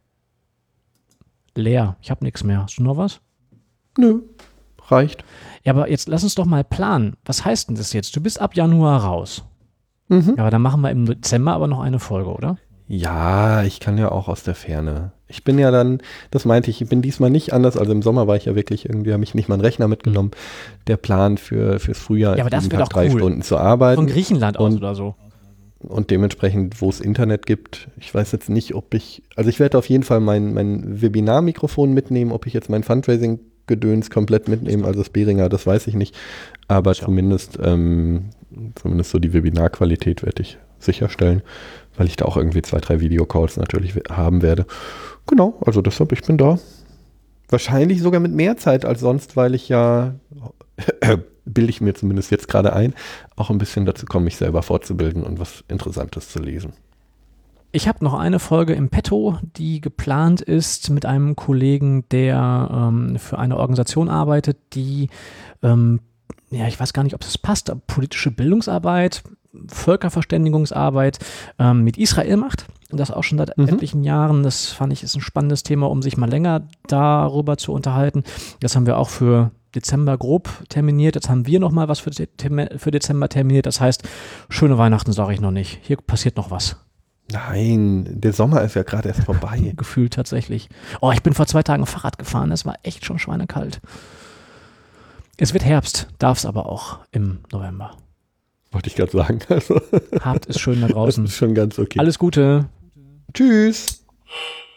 Leer, ich habe nichts mehr. Hast du noch was? Nö, reicht. Ja, aber jetzt lass uns doch mal planen. Was heißt denn das jetzt? Du bist ab Januar raus. Mhm. Ja, aber dann machen wir im Dezember aber noch eine Folge, oder? Ja, ich kann ja auch aus der Ferne. Ich bin ja dann, das meinte ich bin diesmal nicht anders, also im Sommer war ich ja wirklich irgendwie, habe ich nicht mal einen Rechner mitgenommen. Der Plan fürs Frühjahr ja, aber das jeden Tag Tag 3 Stunden zu arbeiten. Von Griechenland aus oder so. Und dementsprechend, wo es Internet gibt, ich weiß jetzt nicht, ich werde auf jeden Fall mein Webinar-Mikrofon mitnehmen, ob ich jetzt mein Fundraising-Gedöns komplett mitnehme, also das Behringer, das weiß ich nicht, aber zumindest so die Webinarqualität werde ich sicherstellen, weil ich da auch irgendwie 2, 3 Videocalls natürlich haben werde. Genau, also deshalb, ich bin da. Wahrscheinlich sogar mit mehr Zeit als sonst, weil ich ja, bilde ich mir zumindest jetzt gerade ein, auch ein bisschen dazu komme, mich selber fortzubilden und was Interessantes zu lesen. Ich habe noch eine Folge im Petto, die geplant ist mit einem Kollegen, der für eine Organisation arbeitet, die, ich weiß gar nicht, ob es passt, politische Bildungsarbeit, Völkerverständigungsarbeit mit Israel macht. Und das auch schon seit etlichen Jahren. Das fand ich ist ein spannendes Thema, um sich mal länger darüber zu unterhalten. Das haben wir auch für Dezember grob terminiert. Jetzt haben wir noch mal was für Dezember terminiert. Das heißt, schöne Weihnachten sage ich noch nicht. Hier passiert noch was. Nein, der Sommer ist ja gerade erst vorbei. Gefühlt tatsächlich. Oh, ich bin vor 2 Tagen Fahrrad gefahren. Es war echt schon schweinekalt. Es wird Herbst, darf es aber auch im November. Wollte ich gerade sagen. Also, Habt es schön da draußen. das ist schon ganz okay. Alles Gute. Tschüss.